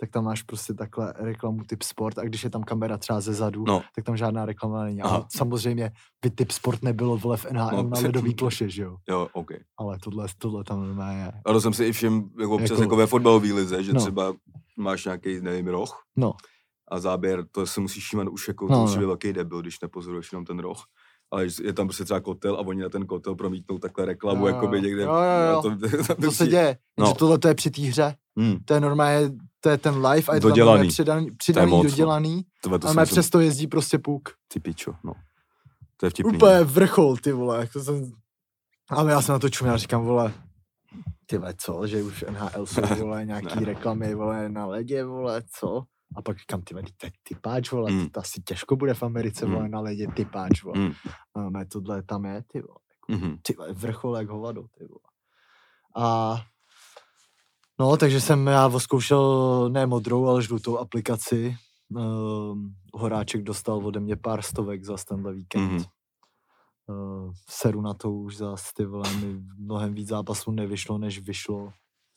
tak tam máš prostě takhle reklamu typ sport a když je tam kamera třeba ze zadu, no. tak tam žádná reklama není. Ale samozřejmě by typ sport nebylo vole v N H L no, na ledový ploše, že jo? Jo, ok. Ale tohle, tohle tam normálně je. Ale jsem si i všim, jako občas jako, jako ve fotbalové lize, že no. třeba máš nějaký, nevím, roh no. a záběr, to se musíš všímat už jako, no, to musí být velký debil, když nepozoruješ jenom ten roh. Ale je tam prostě třeba kotel a oni na ten kotel promítnou takhle reklamu, jo, jakoby někde. Jo, jo, jo. To, to, to se děje, no. Že tohle to je při té hře. Hmm. To je normálně, to je ten live a je dodělaný. Tam přidaný, přidaný moc, dodělaný. To, to a mě přesto jezdí prostě puk. Ty pičo, no. To je vtipný. Úplně vrchol, ty vole. To jsem... Ale já jsem na to čuměl, říkám, vole, ty vole, co, že už N H L jsou, vole, nějaký reklamy, vole, na ledě, vole, co? A pak říkám, ty vole, to je typáč, vole, mm. to asi těžko bude v Americe, vole, mm. na ledě typáč, vole. Mm. A mé tohle tam je, ty vole, mm-hmm. ty vole, vrchol jak hovado, ty vole. A no, takže jsem já zkoušel ne modrou, ale žlutou aplikaci. Um, Horáček dostal ode mě pár stovek za tenhle víkend. Mm-hmm. Uh, seru na to už zas, ty vole, mi mnohem víc zápasů nevyšlo, než vyšlo.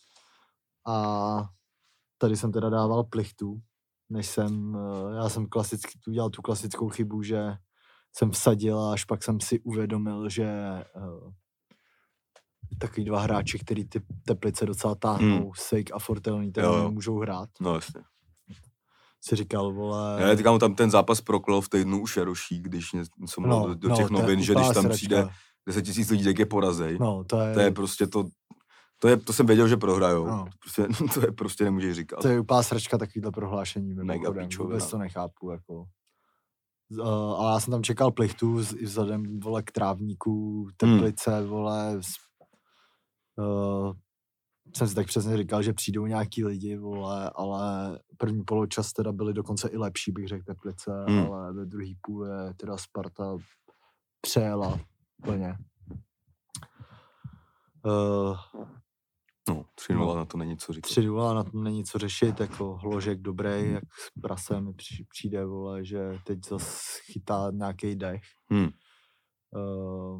A tady jsem teda dával plichtu, než jsem, uh, já jsem klasicky udělal tu klasickou chybu, že jsem vsadil a až pak jsem si uvědomil, že uh, takový dva hráči, který ty Teplice docela táhnou, hmm. Sejk a Fortelný, tak můžou hrát. No jasně. Si říkal, vole... Já říkám, tam ten zápas proklo v týdnu už je roší, když jsem no, do, do těch no, novin, že když tam sračka. Přijde deset tisíc lidí, tak je porazej. No, to je... To je prostě to... To, je, to jsem věděl, že prohrajou. No. To, prostě, to je prostě nemůžeš říkat. To je úplná sračka takovýhle prohlášení. Mega píčovina. Vůbec to nechápu, jako... Uh, a já jsem tam čekal plichtu i vzhledem, vole, k trávníku, Teplice, hmm. vole... Uh, jsem si tak přesně říkal, že přijdou nějaký lidi, vole, ale první poločas teda byly dokonce i lepší, bych řekl, Teplice, hmm. ale ve druhý půle teda Sparta přejela plně. Uh, no, tři nula no, na to není co říkat. tři nula na to není co řešit, jako Hložek dobrý, jak s prasem mi přijde, vole, že teď zase chytá nějaký dech. Hmm. Uh,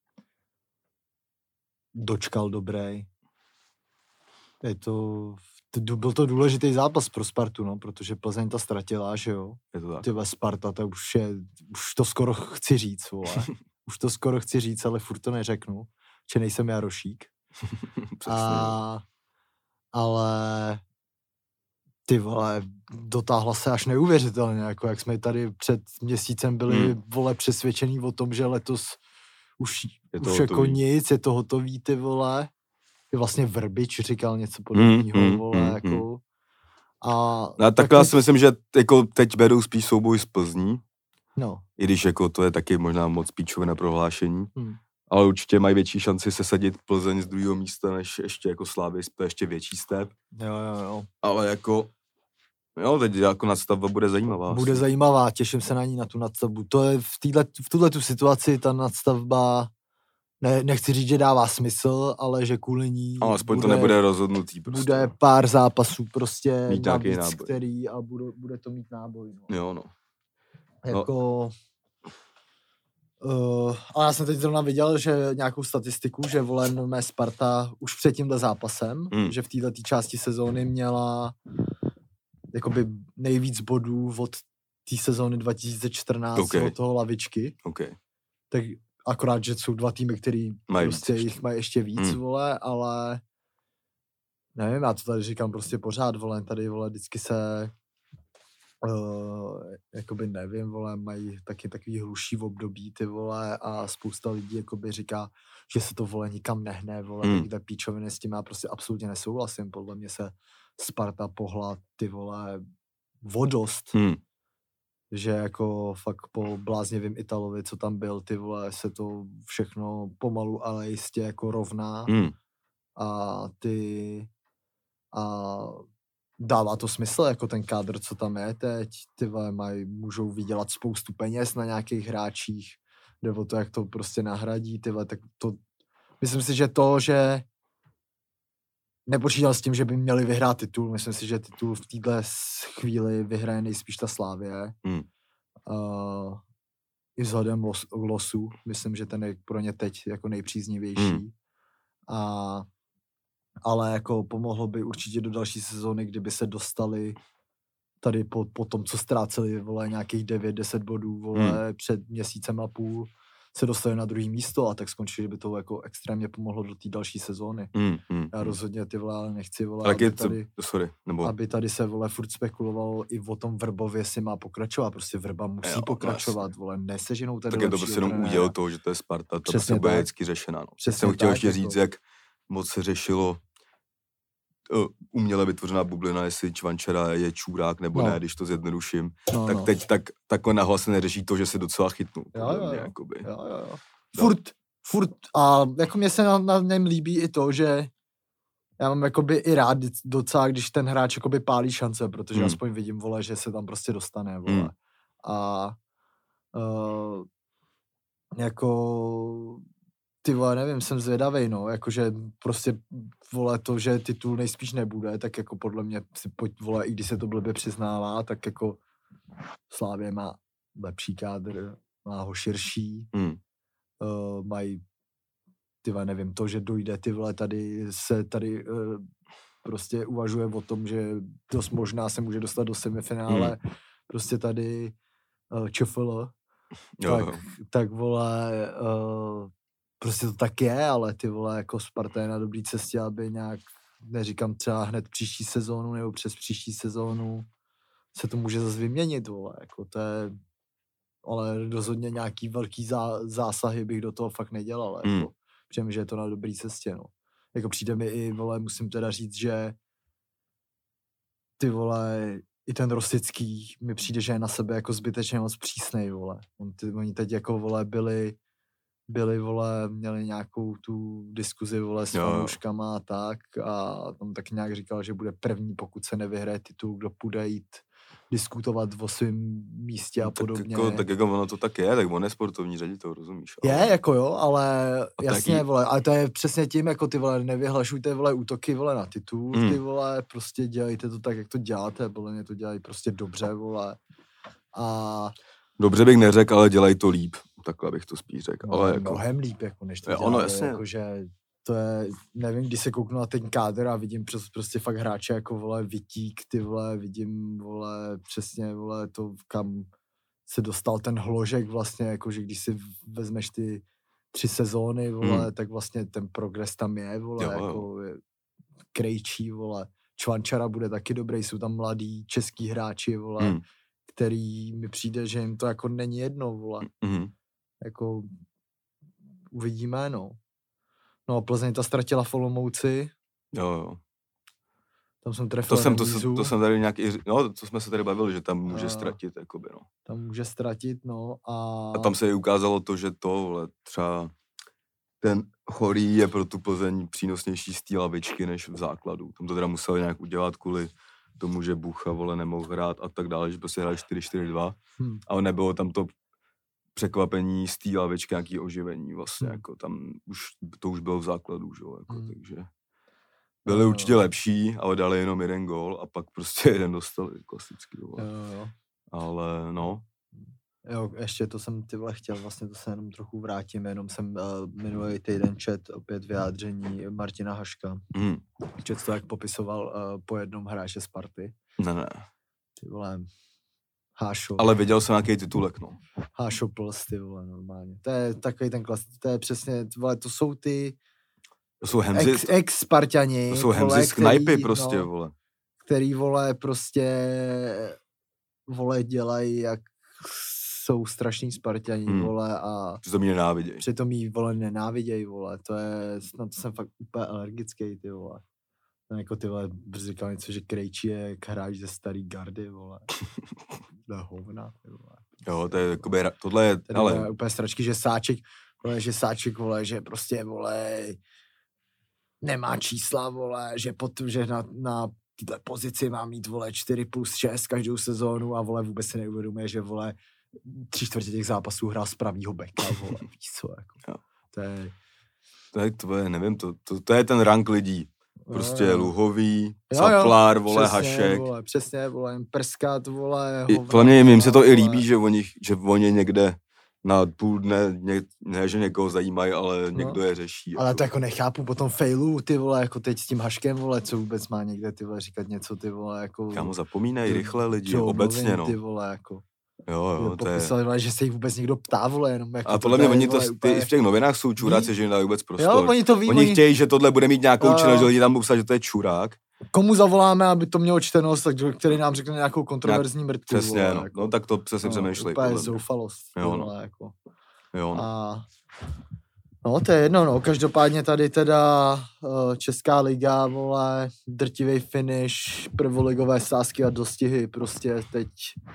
Dočkal dobrý. Je to, to, byl to důležitý zápas pro Spartu, no, protože Plzeň ta ztratila, že jo. Je to tak. Tyhle Sparta, to už je, už to skoro chci říct, vole. Už to skoro chci říct, ale furt to neřeknu, že nejsem Jarošík. A, ale ty vole, dotáhla se až neuvěřitelně, jako jak jsme tady před měsícem byli, hmm. vole, přesvědčený o tom, že letos už, už jako nic, je to hotový, ty vole. Je vlastně Vrbič říkal něco podobného, mm, vole, mm, jako. Mm. A, a tak já si myslím, že jako teď berou spíš souboj z Plzní. No. I když jako to je taky možná moc píčové na prohlášení. Mm. Ale určitě mají větší šanci sesadit Plzeň z druhého místa, než ještě jako Slávy, to je ještě větší step. Jo, jo, jo. Ale jako, jo, teď jako nadstavba bude zajímavá. Bude asi. zajímavá, těším se na ní, na tu nadstavbu. To je v téhle, v tuhle tu situaci ta nadstavba, ne, nechci říct, že dává smysl, ale že kvůli ní ale aspoň bude, to nebude rozhodnutý prostě. Bude pár zápasů prostě mít navíc, náboj. který a bude, bude to mít náboj. No. Jo, no. Jako... No. Uh, ale já jsem teď zrovna viděl, že nějakou statistiku, že vole mé Sparta už před tímhle zápasem, hmm. že v této části sezóny měla jakoby nejvíc bodů od té sezóny dva tisíce čtrnáct okay. od toho lavičky. Okay. Tak akorát, že jsou dva týmy, který mají prostě víc, jich mají ještě víc, hmm. vole, ale nevím, já to tady říkám prostě pořád, vole, tady, vole, vždycky se Uh, jakoby nevím, vole, mají taky takový hluší období, ty vole, a spousta lidí jakoby říká, že se to, vole, nikam nehne, vole, hmm. takové píčoviny, s tím já prostě absolutně nesouhlasím, podle mě se Sparta pohla, ty vole, vodost, hmm. že jako fakt po bláznivým Italovi, co tam byl, ty vole, se to všechno pomalu, ale jistě jako rovná hmm. a ty a dává to smysl, jako ten kádr, co tam je teď, ty vole, mají, můžou vydělat spoustu peněz na nějakých hráčích, nebo to, jak to prostě nahradí, ty vole, tak to, myslím si, že to, že nepočítal s tím, že by měli vyhrát titul, myslím si, že titul v této chvíli vyhraje nejspíš ta Slavie, hmm. uh, i vzhledem los, k losu, myslím, že ten je pro ně teď jako nejpříznivější, hmm. a ale jako pomohlo by určitě do další sezóny, kdyby se dostali tady po, po tom, co ztráceli, vole, nějakých devět deset bodů, vole, hmm. před měsícem a půl, se dostali na druhý místo a tak skončili, že by to jako extrémně pomohlo do té další sezóny. Hmm, hmm, Já rozhodně ty vole, ale nechci, vole, tak aby, tady, co, sorry, nebo... aby tady se, vole, furt spekulovalo i o tom Vrbově, jestli má pokračovat, prostě Vrba musí jo, pokračovat, vlastně. Vole, neseženou tady tak je to prostě jenom úděl toho, že to je Sparta, to prostě bude vždycky řešená, no. Přesně jsem chtěl tak, ještě jako... říct, jak moc se řešilo uh, uměle vytvořená bublina, jestli Čvančara je čurák nebo no. ne, když to zjednoduším, no, tak no. teď tak, takhle nahlas se neřeší to, že se docela chytnu. Jo, jo, mě, jo. jakoby. jo, jo, jo. Furt, furt, a jako mě se na, na něm líbí i to, že já mám jakoby i rád docela, když ten hráč jakoby pálí šance, protože hmm. aspoň vidím, vole, že se tam prostě dostane, vole. Hmm. A uh, jako ty vole, nevím, jsem zvědavej, no, jakože prostě, vole, to, že titul nejspíš nebude, tak jako podle mě si pojď, vole, i když se to blbě přiznává, tak jako Slavia má lepší kádr, má ho širší, hmm. uh, mají, ty vole, nevím, to, že dojde, ty vole, tady se tady uh, prostě uvažuje o tom, že dost možná se může dostat do semifinále, hmm. prostě tady uh, ČFL, tak, tak, vole, uh, prostě to tak je, ale ty vole, jako Sparta je na dobrý cestě, aby nějak, neříkám třeba hned příští sezónu nebo přes příští sezónu se to může zase vyměnit, vole, jako to je, ale rozhodně nějaký velký zá, zásahy bych do toho fakt nedělal, jako, mm. přijím, že je to na dobrý cestě, no. Jako přijde mi i, vole, musím teda říct, že ty vole, i ten Rosický mi přijde, že je na sebe jako zbytečně moc přísnej, vole. On, ty, oni teď jako, vole, byli byli, vole, měli nějakou tu diskuzi, vole, s fanouškama a tak a tam tak nějak říkal, že bude první, pokud se nevyhraje titul, kdo půjde jít diskutovat o svém místě a podobně. Tak jako, tak jako ono to tak je, tak on je sportovní ředitel, rozumíš? Ale... Je, jako jo, ale jasně, taky... vole, ale to je přesně tím, jako ty vole, nevyhlašujte, vole, útoky, vole, na titul, mm. ty vole, prostě dělejte to tak, jak to děláte, podle mě to dělají prostě dobře, vole, a... Dobře bych neřekl, ale dělají to líp. Takhle bych to spíš řekl. No, ale jako... mnohem líp, jako než to je, dělali, ono, jasně. Jako, že to je, nevím, když se kouknu na ten kádr a vidím prostě, prostě fakt hráče jako, vole, Vitík, ty vole, vidím, vole, přesně, vole, to, kam se dostal ten Hložek vlastně, jako, že když si vezmeš ty tři sezóny, vole, hmm. tak vlastně ten progres tam je, vole, jo, jako je Krejčí, vole, Čvančara bude taky dobrý, jsou tam mladí český hráči, vole, hmm. který mi přijde, že jim to jako není jedno, vole. Hmm. Jako uvidíme, no. No a Plzeň ta ztratila v Olomouci. Jo, jo. Tam jsem trefil to jsem, to, jsem, to jsem tady nějak, no, to jsme se tady bavili, že tam může a, ztratit, jakoby, no. Tam může ztratit, no, a... A tam se i ukázalo to, že to, vole, třeba ten Chorý je pro tu Plzeň přínosnější z té lavičky, než v základu. Tam to teda museli nějak udělat kvůli tomu, že Bucha, vole, nemohl hrát a tak dále, že prostě hráli čtyři čtyři dva, hmm. ale nebylo tam to překvapení z té lavičky, nějaký oživení vlastně, hmm. jako tam už, to už bylo v základu, že jo, jako, hmm. takže byli no, určitě no. lepší, ale dali jenom jeden gól a pak prostě jeden dostali, klasicky, jo. Jo, jo. Ale no. Jo, ještě to jsem ty vole chtěl, vlastně to se jenom trochu vrátím, jenom jsem uh, minulý týden čet opět vyjádření Martina Haška. Hmm. Čet to, jak popisoval uh, po jednom hráče Sparty. Ne, ne. Ty vole, Hášo. Ale viděl jsem nějaký titulek, no. Hášo Plus, ty vole, normálně. To je takový ten klas, to je přesně, ty vole, to jsou ty to jsou hemzi, ex, ex-Sparťani. To jsou hemzi z knajpy prostě, no, vole. Který, vole, prostě, vole, dělají, jak jsou strašný Sparťani, hmm. vole, a... Přitom jí nenáviděj. Přitom jí, vole, nenáviděj, vole, to je, na to jsem fakt úplně alergický, ty vole. Tam jako ty vole, říkal něco, že Krejčí je hráč ze starý gardy, vole. To je hovna, ty vole. Jo, to je jakoby, tohle je, tady ale... Vole, úplně stračky, že Sáček, vole, že Sáček, vole, že prostě, vole, nemá čísla, vole, že, pot, že na, na této pozici má mít, vole, čtyři plus šest každou sezónu a, vole, vůbec si neuvědomuje, že, vole, tři čtvrtě těch zápasů hrál z pravýho beka, vole, víš co, jako. To je... To je, to je, nevím, to, to, to je ten rank lidí. Prostě jo, jo. Luhový, Caplár, vole, přesně, Hašek. Vole, přesně, vole, prskat, vole, Podle mě jim se to i líbí, že oni, že oni někde na půl dne, ně, ne, že někoho zajímají, ale no. někdo je řeší. Ale jako. To jako nechápu potom failu, ty vole, jako teď s tím Haškem, vole, co vůbec má někde, ty vole, říkat něco, ty vole, jako... Kámo, zapomínají rychle lidi, čo, obecně, mluvím, no. Ty vole, jako... Jo, jo, to je... Vole, že se jich vůbec někdo ptá, vole, jenom jako... A podle mě oni to, ty, i v těch novinách jsou čuráci, že jim dají vůbec prostor. Jo, oni to ví. Oni, oni chtějí, že tohle bude mít nějakou činnost, že lidi tam budou psát, že to je čurák. Komu zavoláme, aby to mělo čtenost, tak, který nám řekne nějakou kontroverzní mrtku. Přesně, vole, no. Jako. no tak to přesně no, přemýšlej. To je zoufalost. Jo, no. Jako. Jo, no. A... No, to je jedno, no. Každopádně tady teda uh, Česká liga, vole, drtivej finish, prvoligové sázky a dostihy, prostě teď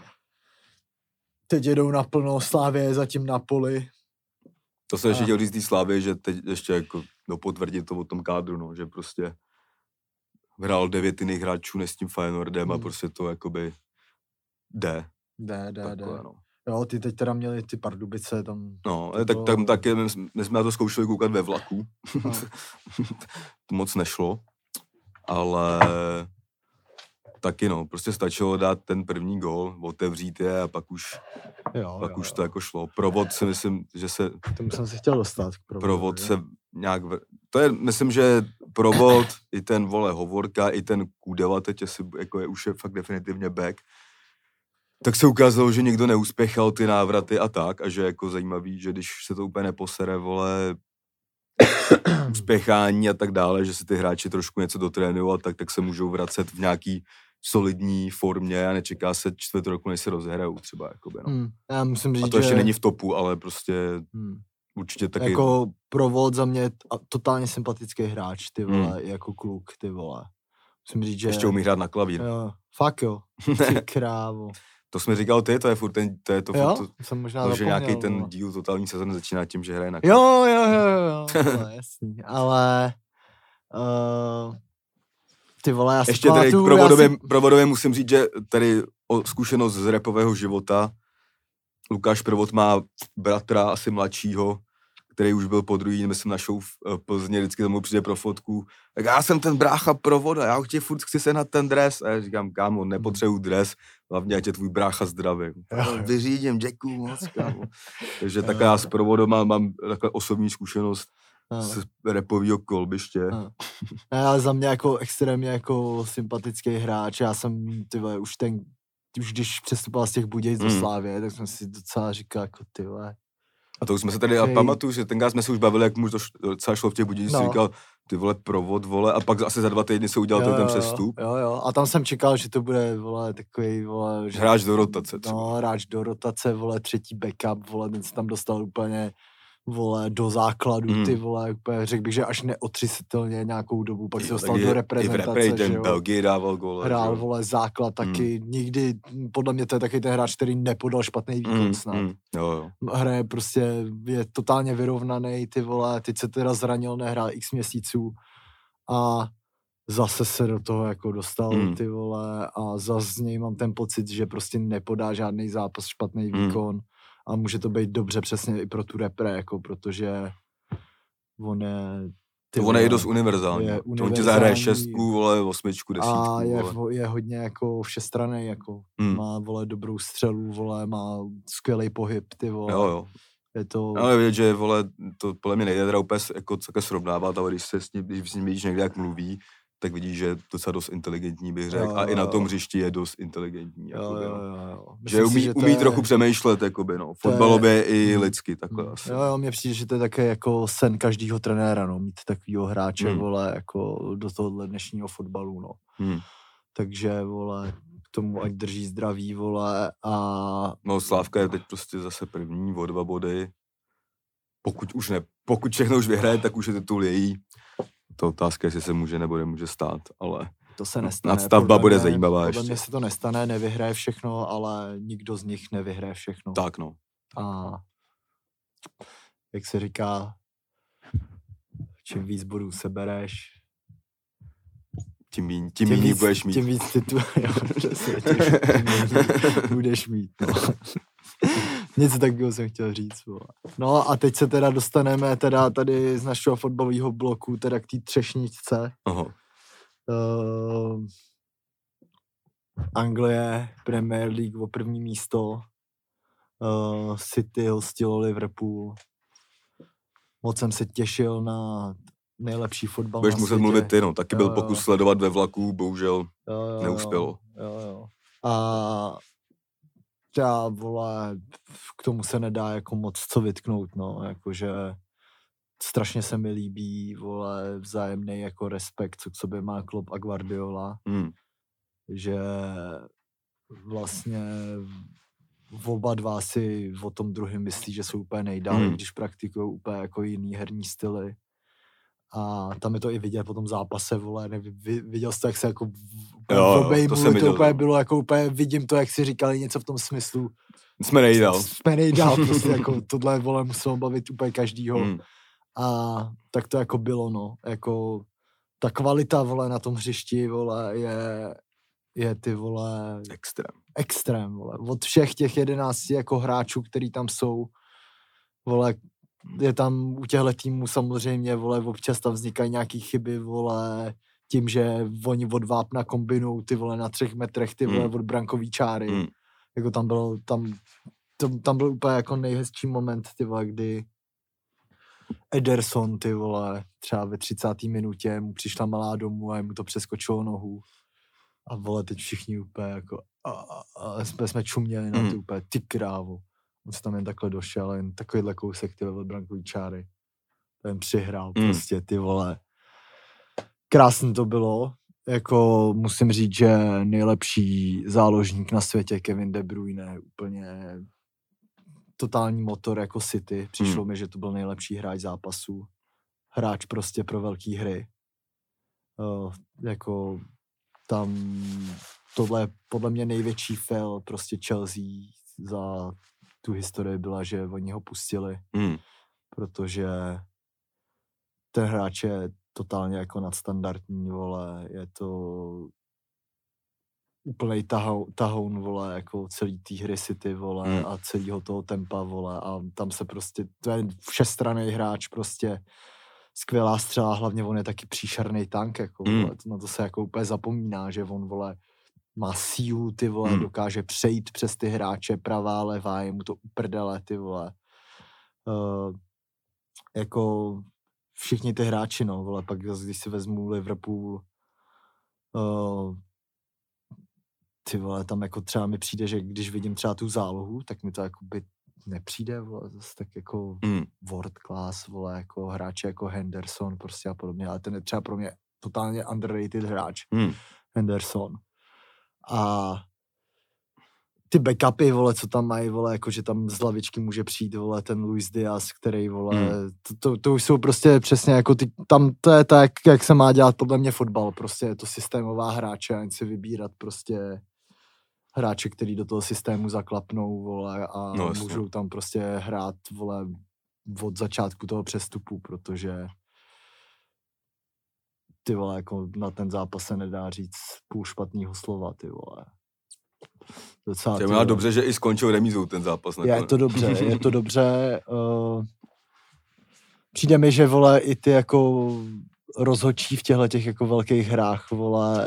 teď jedou naplno, Slávě je zatím na poli. To se ještě chtěl říct té Slávě, že teď ještě jako no, potvrdit to o tom kádru, no, že prostě hrál devět jiných hráčů než s tím Feyenoordem hmm. a prostě to jakoby jde. Jde, jde, jde. No. Jo, ty teď teda měli ty Pardubice tam. No, tak, tak, tam taky, my, my jsme na to zkoušeli koukat ve vlaku. No. To moc nešlo, ale taky no, prostě stačilo dát ten první gól, otevřít je a pak už, jo, pak jo, už jo. to jako šlo. Provod si myslím, že se... Tomu jsem se chtěl dostat. K provodu, provod že? se nějak... To je, myslím, že Provod, i ten, vole, Hovorka, i ten Kudela teď asi, jako je už je fakt definitivně back. Tak se ukázalo, že někdo neuspěchal ty návraty a tak, a že jako zajímavý, že když se to úplně neposere, vole, uspěchání a tak dále, že si ty hráči trošku něco dotrénují a tak, tak se můžou vracet v nějaký solidní formě a nečeká se čtvrt roku, než se rozhrajou třeba, jakoby, no. Hmm, já musím říct, a to ještě že... není v topu, ale prostě hmm. určitě taky... Jako Provod za mě totálně sympatický hráč, ty vole, hmm. jako kluk, ty vole. Musím říct, že... Ještě umí hrát na klavír. Jo, fakt jo, ty krávo. To jsi mi říkal ty, to je furt ten, to je to jo, furt, jsem možná to, zapomněl, že nějaký ten no. díl totální sezóny začíná tím, že hraje na klavír. Jo, jo, jo, jo, jo, jasný, ale uh, ty vole, já si ještě tady k provodově, si... provodově musím říct, že tady o zkušenost z rapového života. Lukáš Provod má bratra asi mladšího, který už byl po druhý, myslím, na show v Plzně, vždycky tomu přijde pro fotku. Tak já jsem ten brácha Provoda, já chtěl furt chci sehnat ten dres. A já říkám, kámo, nepotřebuji dres, hlavně ať je tvůj brácha zdravý. Vyřídím, děkuju moc, kámo. Takže takhle já s Provodem mám, mám takhle osobní zkušenost z rapového kolbiště. Já za mě jako extrémně jako sympatický hráč, já jsem, ty vole, už ten, už když přestupoval z těch Budějic do Slávě, tak jsem si docela říkal, jako ty vole. A to už jsme se tady, okay. a pamatuju, že tenkrát jsme se už bavili, jak mu to docela šlo v těch Budějicích, no. říkal, ty vole, Provod, vole, a pak asi za dva týdny se udělal jo, ten přestup. Jo, jo, a tam jsem čekal, že to bude, vole, takový, vole... Že, hráč do rotace třeba. No, hráč do rotace, vole, třetí backup, vole, ten se tam dostal úplně, vole, do základu, mm. ty vole, úplně, řekl bych, že až neotřesitelně nějakou dobu, pak jo, se dostal do reprezentace, i v ten Belgii dával góle. Hrál, vole, základ taky, mm. nikdy, podle mě to je taky ten hráč, který nepodal špatný výkon mm. snad. Mm. Jo, jo. Hraje prostě, je totálně vyrovnaný, ty vole, teď se teda zranil, nehrál x měsíců a zase se do toho jako dostal, mm. ty vole, a zase z něj mám ten pocit, že prostě nepodá žádný zápas, špatný výkon. Mm. A může to být dobře přesně i pro tu repre, jako, protože on je... Ty to on je dost univerzální. Je univerzální. On ti zahraje šestku, vole, osmičku, desítku. A je, je hodně jako všestranný, jako hmm. má, vole, dobrou střelu, vole, má skvělý pohyb, ty vole. Jo, jo. Je to... Ale vědět, že, vole, to podle mě nejde teda úplně jako také srovnávat, ale když se s ním, když s ním vidíš někde, jak mluví, tak vidíš, že je docela dost inteligentní, bych řekl, a i na tom hřišti je dost inteligentní. Jo, jakoby, jo, no. jo. Že umí, si, že umí je... trochu přemýšlet, jakoby, no. Fotbalově je... i lidsky, takhle hmm. asi. Jo, jo, mně přijde, že to je také jako sen každýho trenéra, no, mít takovýho hráče, hmm. vole, jako do tohohle dnešního fotbalu, no. Hmm. Takže, vole, k tomu ať drží zdraví, vole, a... No, Slávka je teď prostě zase první o dva body. Pokud už ne, pokud všechno už vyhraje, tak už je titul její. To otázka, jestli se může nebo nemůže stát, ale to se nestane. Nadstavba bude mě, zajímavá podle ještě. Podle mě se to nestane, nevyhraje všechno, ale nikdo z nich nevyhraje všechno. Tak no. A jak se říká, čím víc bodů sebereš, tím méně tím tím budeš mít. Tím víc titulů budeš mít. No. Něco takového jsem chtěl říct. Vole. No a teď se teda dostaneme teda tady z našeho fotbalového bloku teda k té třešničce. Aha. Uh, Anglie, Premier League o první místo. uh, City hostilo Liverpool. Moc jsem se těšil na nejlepší fotbal Budeš na muset světě. mluvit ty, no. Taky Jo, byl jo. pokus sledovat ve vlaku, bohužel Jo, jo, neuspělo. Jo, jo. A já, vole, k tomu se nedá jako moc co vytknout, no, jakože strašně se mi líbí, vole, vzájemný jako respekt, co k sobě má Klopp a Guardiola, Hmm. že vlastně oba dva si o tom druhém myslí, že jsou úplně nejdál, Hmm. když praktikují úplně jako jiný herní styly. A tam je to i vidět po tom zápase, vole, nevím, viděl jsi to, jak se jako Jo, to jsem viděl. To úplně bylo jako úplně, vidím to, jak si říkali něco v tom smyslu. Jsme nejdál. Jsme nejdál, prostě jako tohle, vole, muselo bavit úplně každýho. Hmm. A tak to jako bylo, no, jako ta kvalita, vole, na tom hřišti, vole, je, je ty, vole, Extrém. Extrém, vole, od všech těch jedenácti jako hráčů, který tam jsou, vole, je tam u těchto týmů samozřejmě, vole, občas tam vznikají nějaký chyby, vole, tím, že oni od vápna kombinují, ty vole, na třech metrech, ty vole, mm. od brankový čáry. Mm. Jako tam bylo, tam, tam, tam byl úplně jako nejhezčí moment, ty vole, kdy Ederson, ty vole, třeba ve třicáté minutě mu přišla malá domů a mu to přeskočilo nohu. A vole, teď všichni úplně jako, a, a, a jsme, jsme čuměli na mm. ty úplně, ty krávo. On se tam jen takhle došel, jen takovýhle kousek, ty od brankový čáry. Ten přihrál mm. prostě, ty vole. Krásný to bylo. Jako musím říct, že nejlepší záložník na světě Kevin De Bruyne, úplně totální motor jako City. Přišlo mm. mi, že to byl nejlepší hráč zápasu. Hráč prostě pro velký hry. Uh, jako tam tohle je podle mě největší fail prostě Chelsea za tu historii byla, že oni ho pustili, mm. protože ten hráč je totálně jako nadstandardní, vole, je to úplnej tahoun, tahoun, vole, jako celý tý hry City, vole, mm. a celýho toho tempa, vole, a tam se prostě, to je všestranný hráč, prostě skvělá střela, hlavně on je taky příšerný tank, jako, mm. vole, na to se jako úplně zapomíná, že on, vole, má sílu, ty vole, mm. dokáže přejít přes ty hráče, pravá, levá, je mu to uprdele, ty vole. Uh, jako všichni ty hráči, no, vole, pak když si vezmu Liverpool, uh, ty vole, tam jako třeba mi přijde, že když vidím třeba tu zálohu, tak mi to jako by nepřijde, vole, zase tak jako mm. world class, vole, jako hráče jako Henderson prostě a podobně, ale ten je třeba pro mě totálně underrated hráč, mm. Henderson. A ty backupy, vole, co tam mají, vole, jakože tam z lavičky může přijít, vole, ten Luis Diaz, který, vole, mm. to, to, to už jsou prostě přesně jako ty, tam to je tak, jak se má dělat podle mě fotbal, prostě je to systémová hráče, jen si vybírat prostě hráče, který do toho systému zaklapnou, vole, a no, můžou tam prostě hrát, vole, od začátku toho přestupu, protože ty vole, jako na ten zápas se nedá říct půl špatnýho slova, ty vole. Docela, ty vole. Dobře, že i skončil remízou ten zápas. Je nakonec. To dobře, je to dobře. Uh, přijde mi, že, vole, i ty jako rozhodčí v těchto těch jako velkých hrách, vole,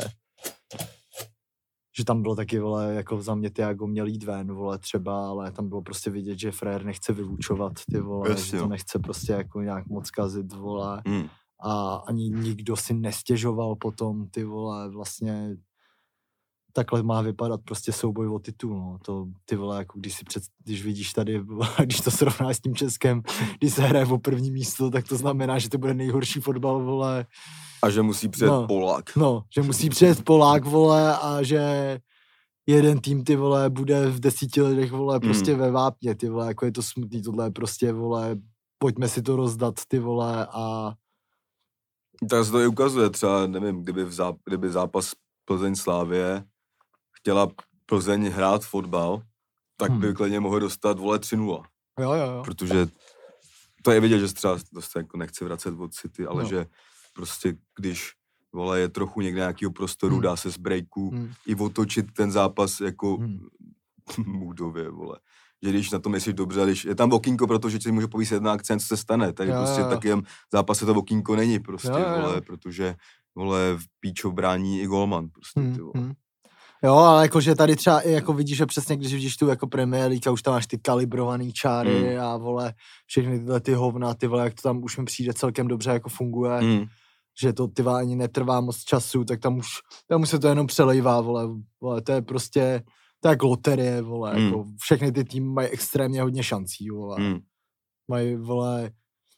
že tam bylo taky, vole, jako za mě Thiago měl jít ven, vole, třeba, ale tam bylo prostě vidět, že frér nechce vylučovat, ty vole, Jasně, že to nechce prostě jako nějak moc kazit, vole. Mm. A ani nikdo si nestěžoval potom, ty vole, vlastně takhle má vypadat prostě souboj o titul, no. To, ty vole, jako když si před, když vidíš tady, když to srovnáš s tím Českem, když se hraje o první místo, tak to znamená, že to bude nejhorší fotbal, vole. A že musí přijet no, Polák. No, že musí přijet Polák, vole, a že jeden tým, ty vole, bude v desíti letech, vole, prostě mm. ve vápně, ty vole, jako je to smutný, tohle prostě, vole, pojďme si to rozdat, ty vole, a tak se to i ukazuje, třeba, nevím, kdyby, v záp- kdyby zápas Plzeň-Slávie chtěla Plzeň hrát fotbal, tak hmm. by klidně mohli dostat, vole, tři nula. Jo, jo, jo. Protože to je vidět, že třeba dost jako nechci vracet od City, ale no. že prostě, když, vole, je trochu někde nějakého prostoru, hmm. dá se z breaku hmm. i otočit ten zápas jako hmm. můdově, vole. Že když na tom myslíš dobře, když je tam okýnko, protože si může povíst jedna akcent, co se stane, takže jo, prostě jo. takovém zápase to okýnko není prostě, jo, jo. vole, protože, vole, v píčo brání i golman prostě, hmm, ty vole. Hmm. Jo, ale jakože tady třeba i jako vidíš, že přesně když vidíš tu jako Premier League a už tam máš ty kalibrovaný čáry mm. a vole, všechny tyhle ty hovna, ty vole, jak to tam už mi přijde celkem dobře jako funguje, mm. že to ty vole ani netrvá moc času, tak tam už, tam už se to jenom přelejvá, vole, vole, to je prostě, to je jak loterie, vole, mm. jako všechny ty týmy mají extrémně hodně šancí, vole, mm. mají, vole,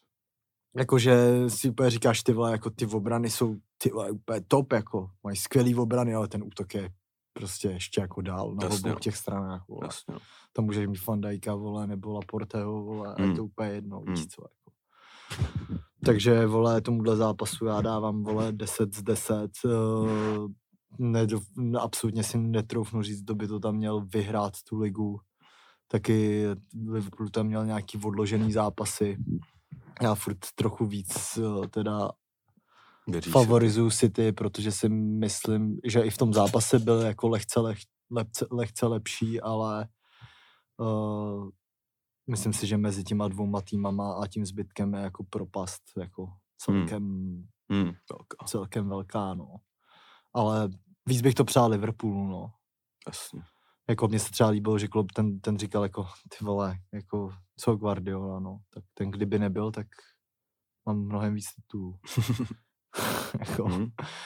jakože si úplně říkáš, ty vole, jako ty obrany jsou, ty vole, úplně top, jako, mají skvělý obrany, ale ten útok je prostě ještě jako dál na obou těch stranách, vole. Jasně. Tam můžeš mít Van Dijka, vole, nebo Laporteho, vole, mm. a je to úplně jedno, mm. víš co, jako. Takže, vole, tomuhle zápasu já dávám, vole, deset z deset. Uh, nedof, absolutně si netroufnu říct, kdo by to tam měl vyhrát tu ligu. Taky Liverpool tam měl nějaký odložený zápasy. Já furt trochu víc uh, teda Věříš favorizuju City, protože si myslím, že i v tom zápase byl jako lehce, leh, lehce, lehce lepší, ale uh, myslím si, že mezi těma dvouma týmama a tím zbytkem je jako propast jako celkem, hmm. Hmm. Velká. celkem velká, no. Ale víc bych to přál Liverpoolu, no. Jasně. Jako mně se třeba líbilo, že Klopp ten, ten říkal jako, ty vole, jako co Guardiola, no. Tak ten kdyby nebyl, tak mám mnohem víc titulů. jako. Hmm.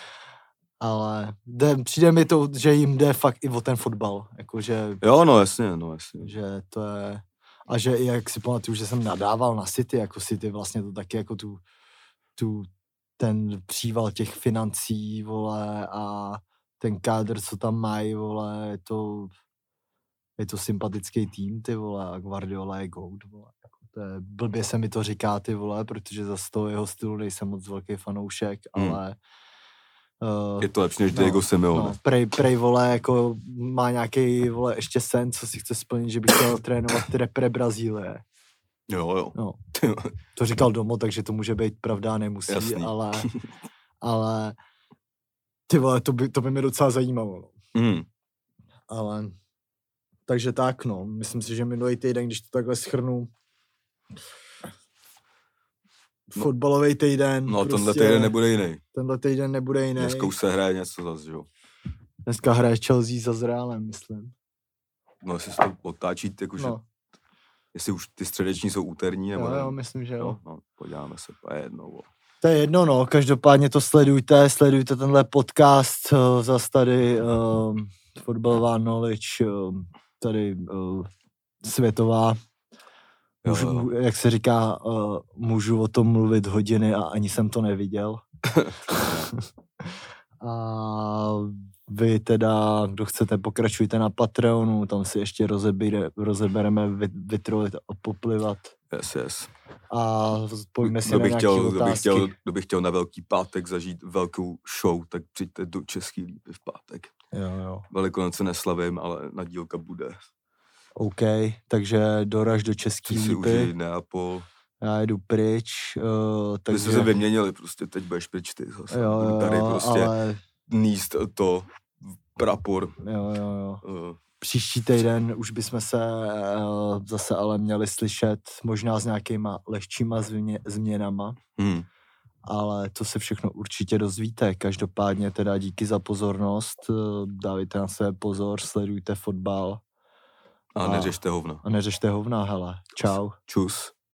Ale jde, přijde mi to, že jim jde fakt i o ten fotbal. Jako, že, jo, no jasně, no jasně. Že to je... A že i jak si pamatuju, že jsem nadával na City, jako City vlastně to taky jako tu, tu ten příval těch financí, vole, a ten kádr, co tam mají, vole, je to, je to sympatický tým, ty vole, a Guardiola je goat, vole. Jako to je, blbě se mi to říká, ty vole, protože za toho jeho stylu nejsem moc velký fanoušek, hmm. ale Uh, je to lepší než Diego no, Simeone. No, prej, prej, vole, jako má nějaký, vole, ještě sen, co si chce splnit, že by chtěl trénovat ty repre Brazílie. Jo, jo. No. To říkal Domo, takže to může být pravda, nemusí, Jasný. ale ale ty vole, to by, to by mě docela zajímalo. No. Mm. Ale takže tak, no. Myslím si, že minulý týden, když to takhle shrnu, fotbalový týden. No, prostě, tenhle týden nebude jiný. Tenhle týden nebude jiný. Dneska už se hraje něco zase, jo. Dneska hraje Chelsea za s Realem, myslím. No, jestli se to otáčí, jakože, no. jestli už ty středeční jsou úterní, nebo jo, jo, myslím, že jo. No, no podíváme se, to je jedno. Bo. To je jedno, no, každopádně to sledujte, sledujte tenhle podcast, uh, zas tady uh, fotbalová knowledge, uh, tady uh, světová. Můžu, jo, jo. Jak se říká, uh, můžu o tom mluvit hodiny a ani jsem to neviděl. A vy teda, kdo chcete, pokračujte na Patreonu, tam si ještě rozebíre, rozebereme vytrolit a poplivat. Yes, yes. A pojďme si na nějaké chtěl, otázky. Kdo by, chtěl, kdo by chtěl na Velký pátek zažít velkou show, tak přijďte do Český Lípy v pátek. Jo, jo. Velikonoce neslavím, ale na dílka bude. OK, takže doraž do Český Lípy. Si užij Neapol. Já jedu pryč. Uh, takže... My jsme se vyměnili, prostě teď budeš pryč ty zase. Jo, jo, tady prostě ale... níst to prapor. Jo, jo, jo. Uh. Příští týden už bychom se uh, zase ale měli slyšet možná s nějakýma lehčíma změ, změnama. Hmm. Ale to se všechno určitě dozvíte. Každopádně teda díky za pozornost. Dávejte na sebe pozor, sledujte fotbal. A, a neřešte hovna. A neřešte hovna, hele. Čau. Čus.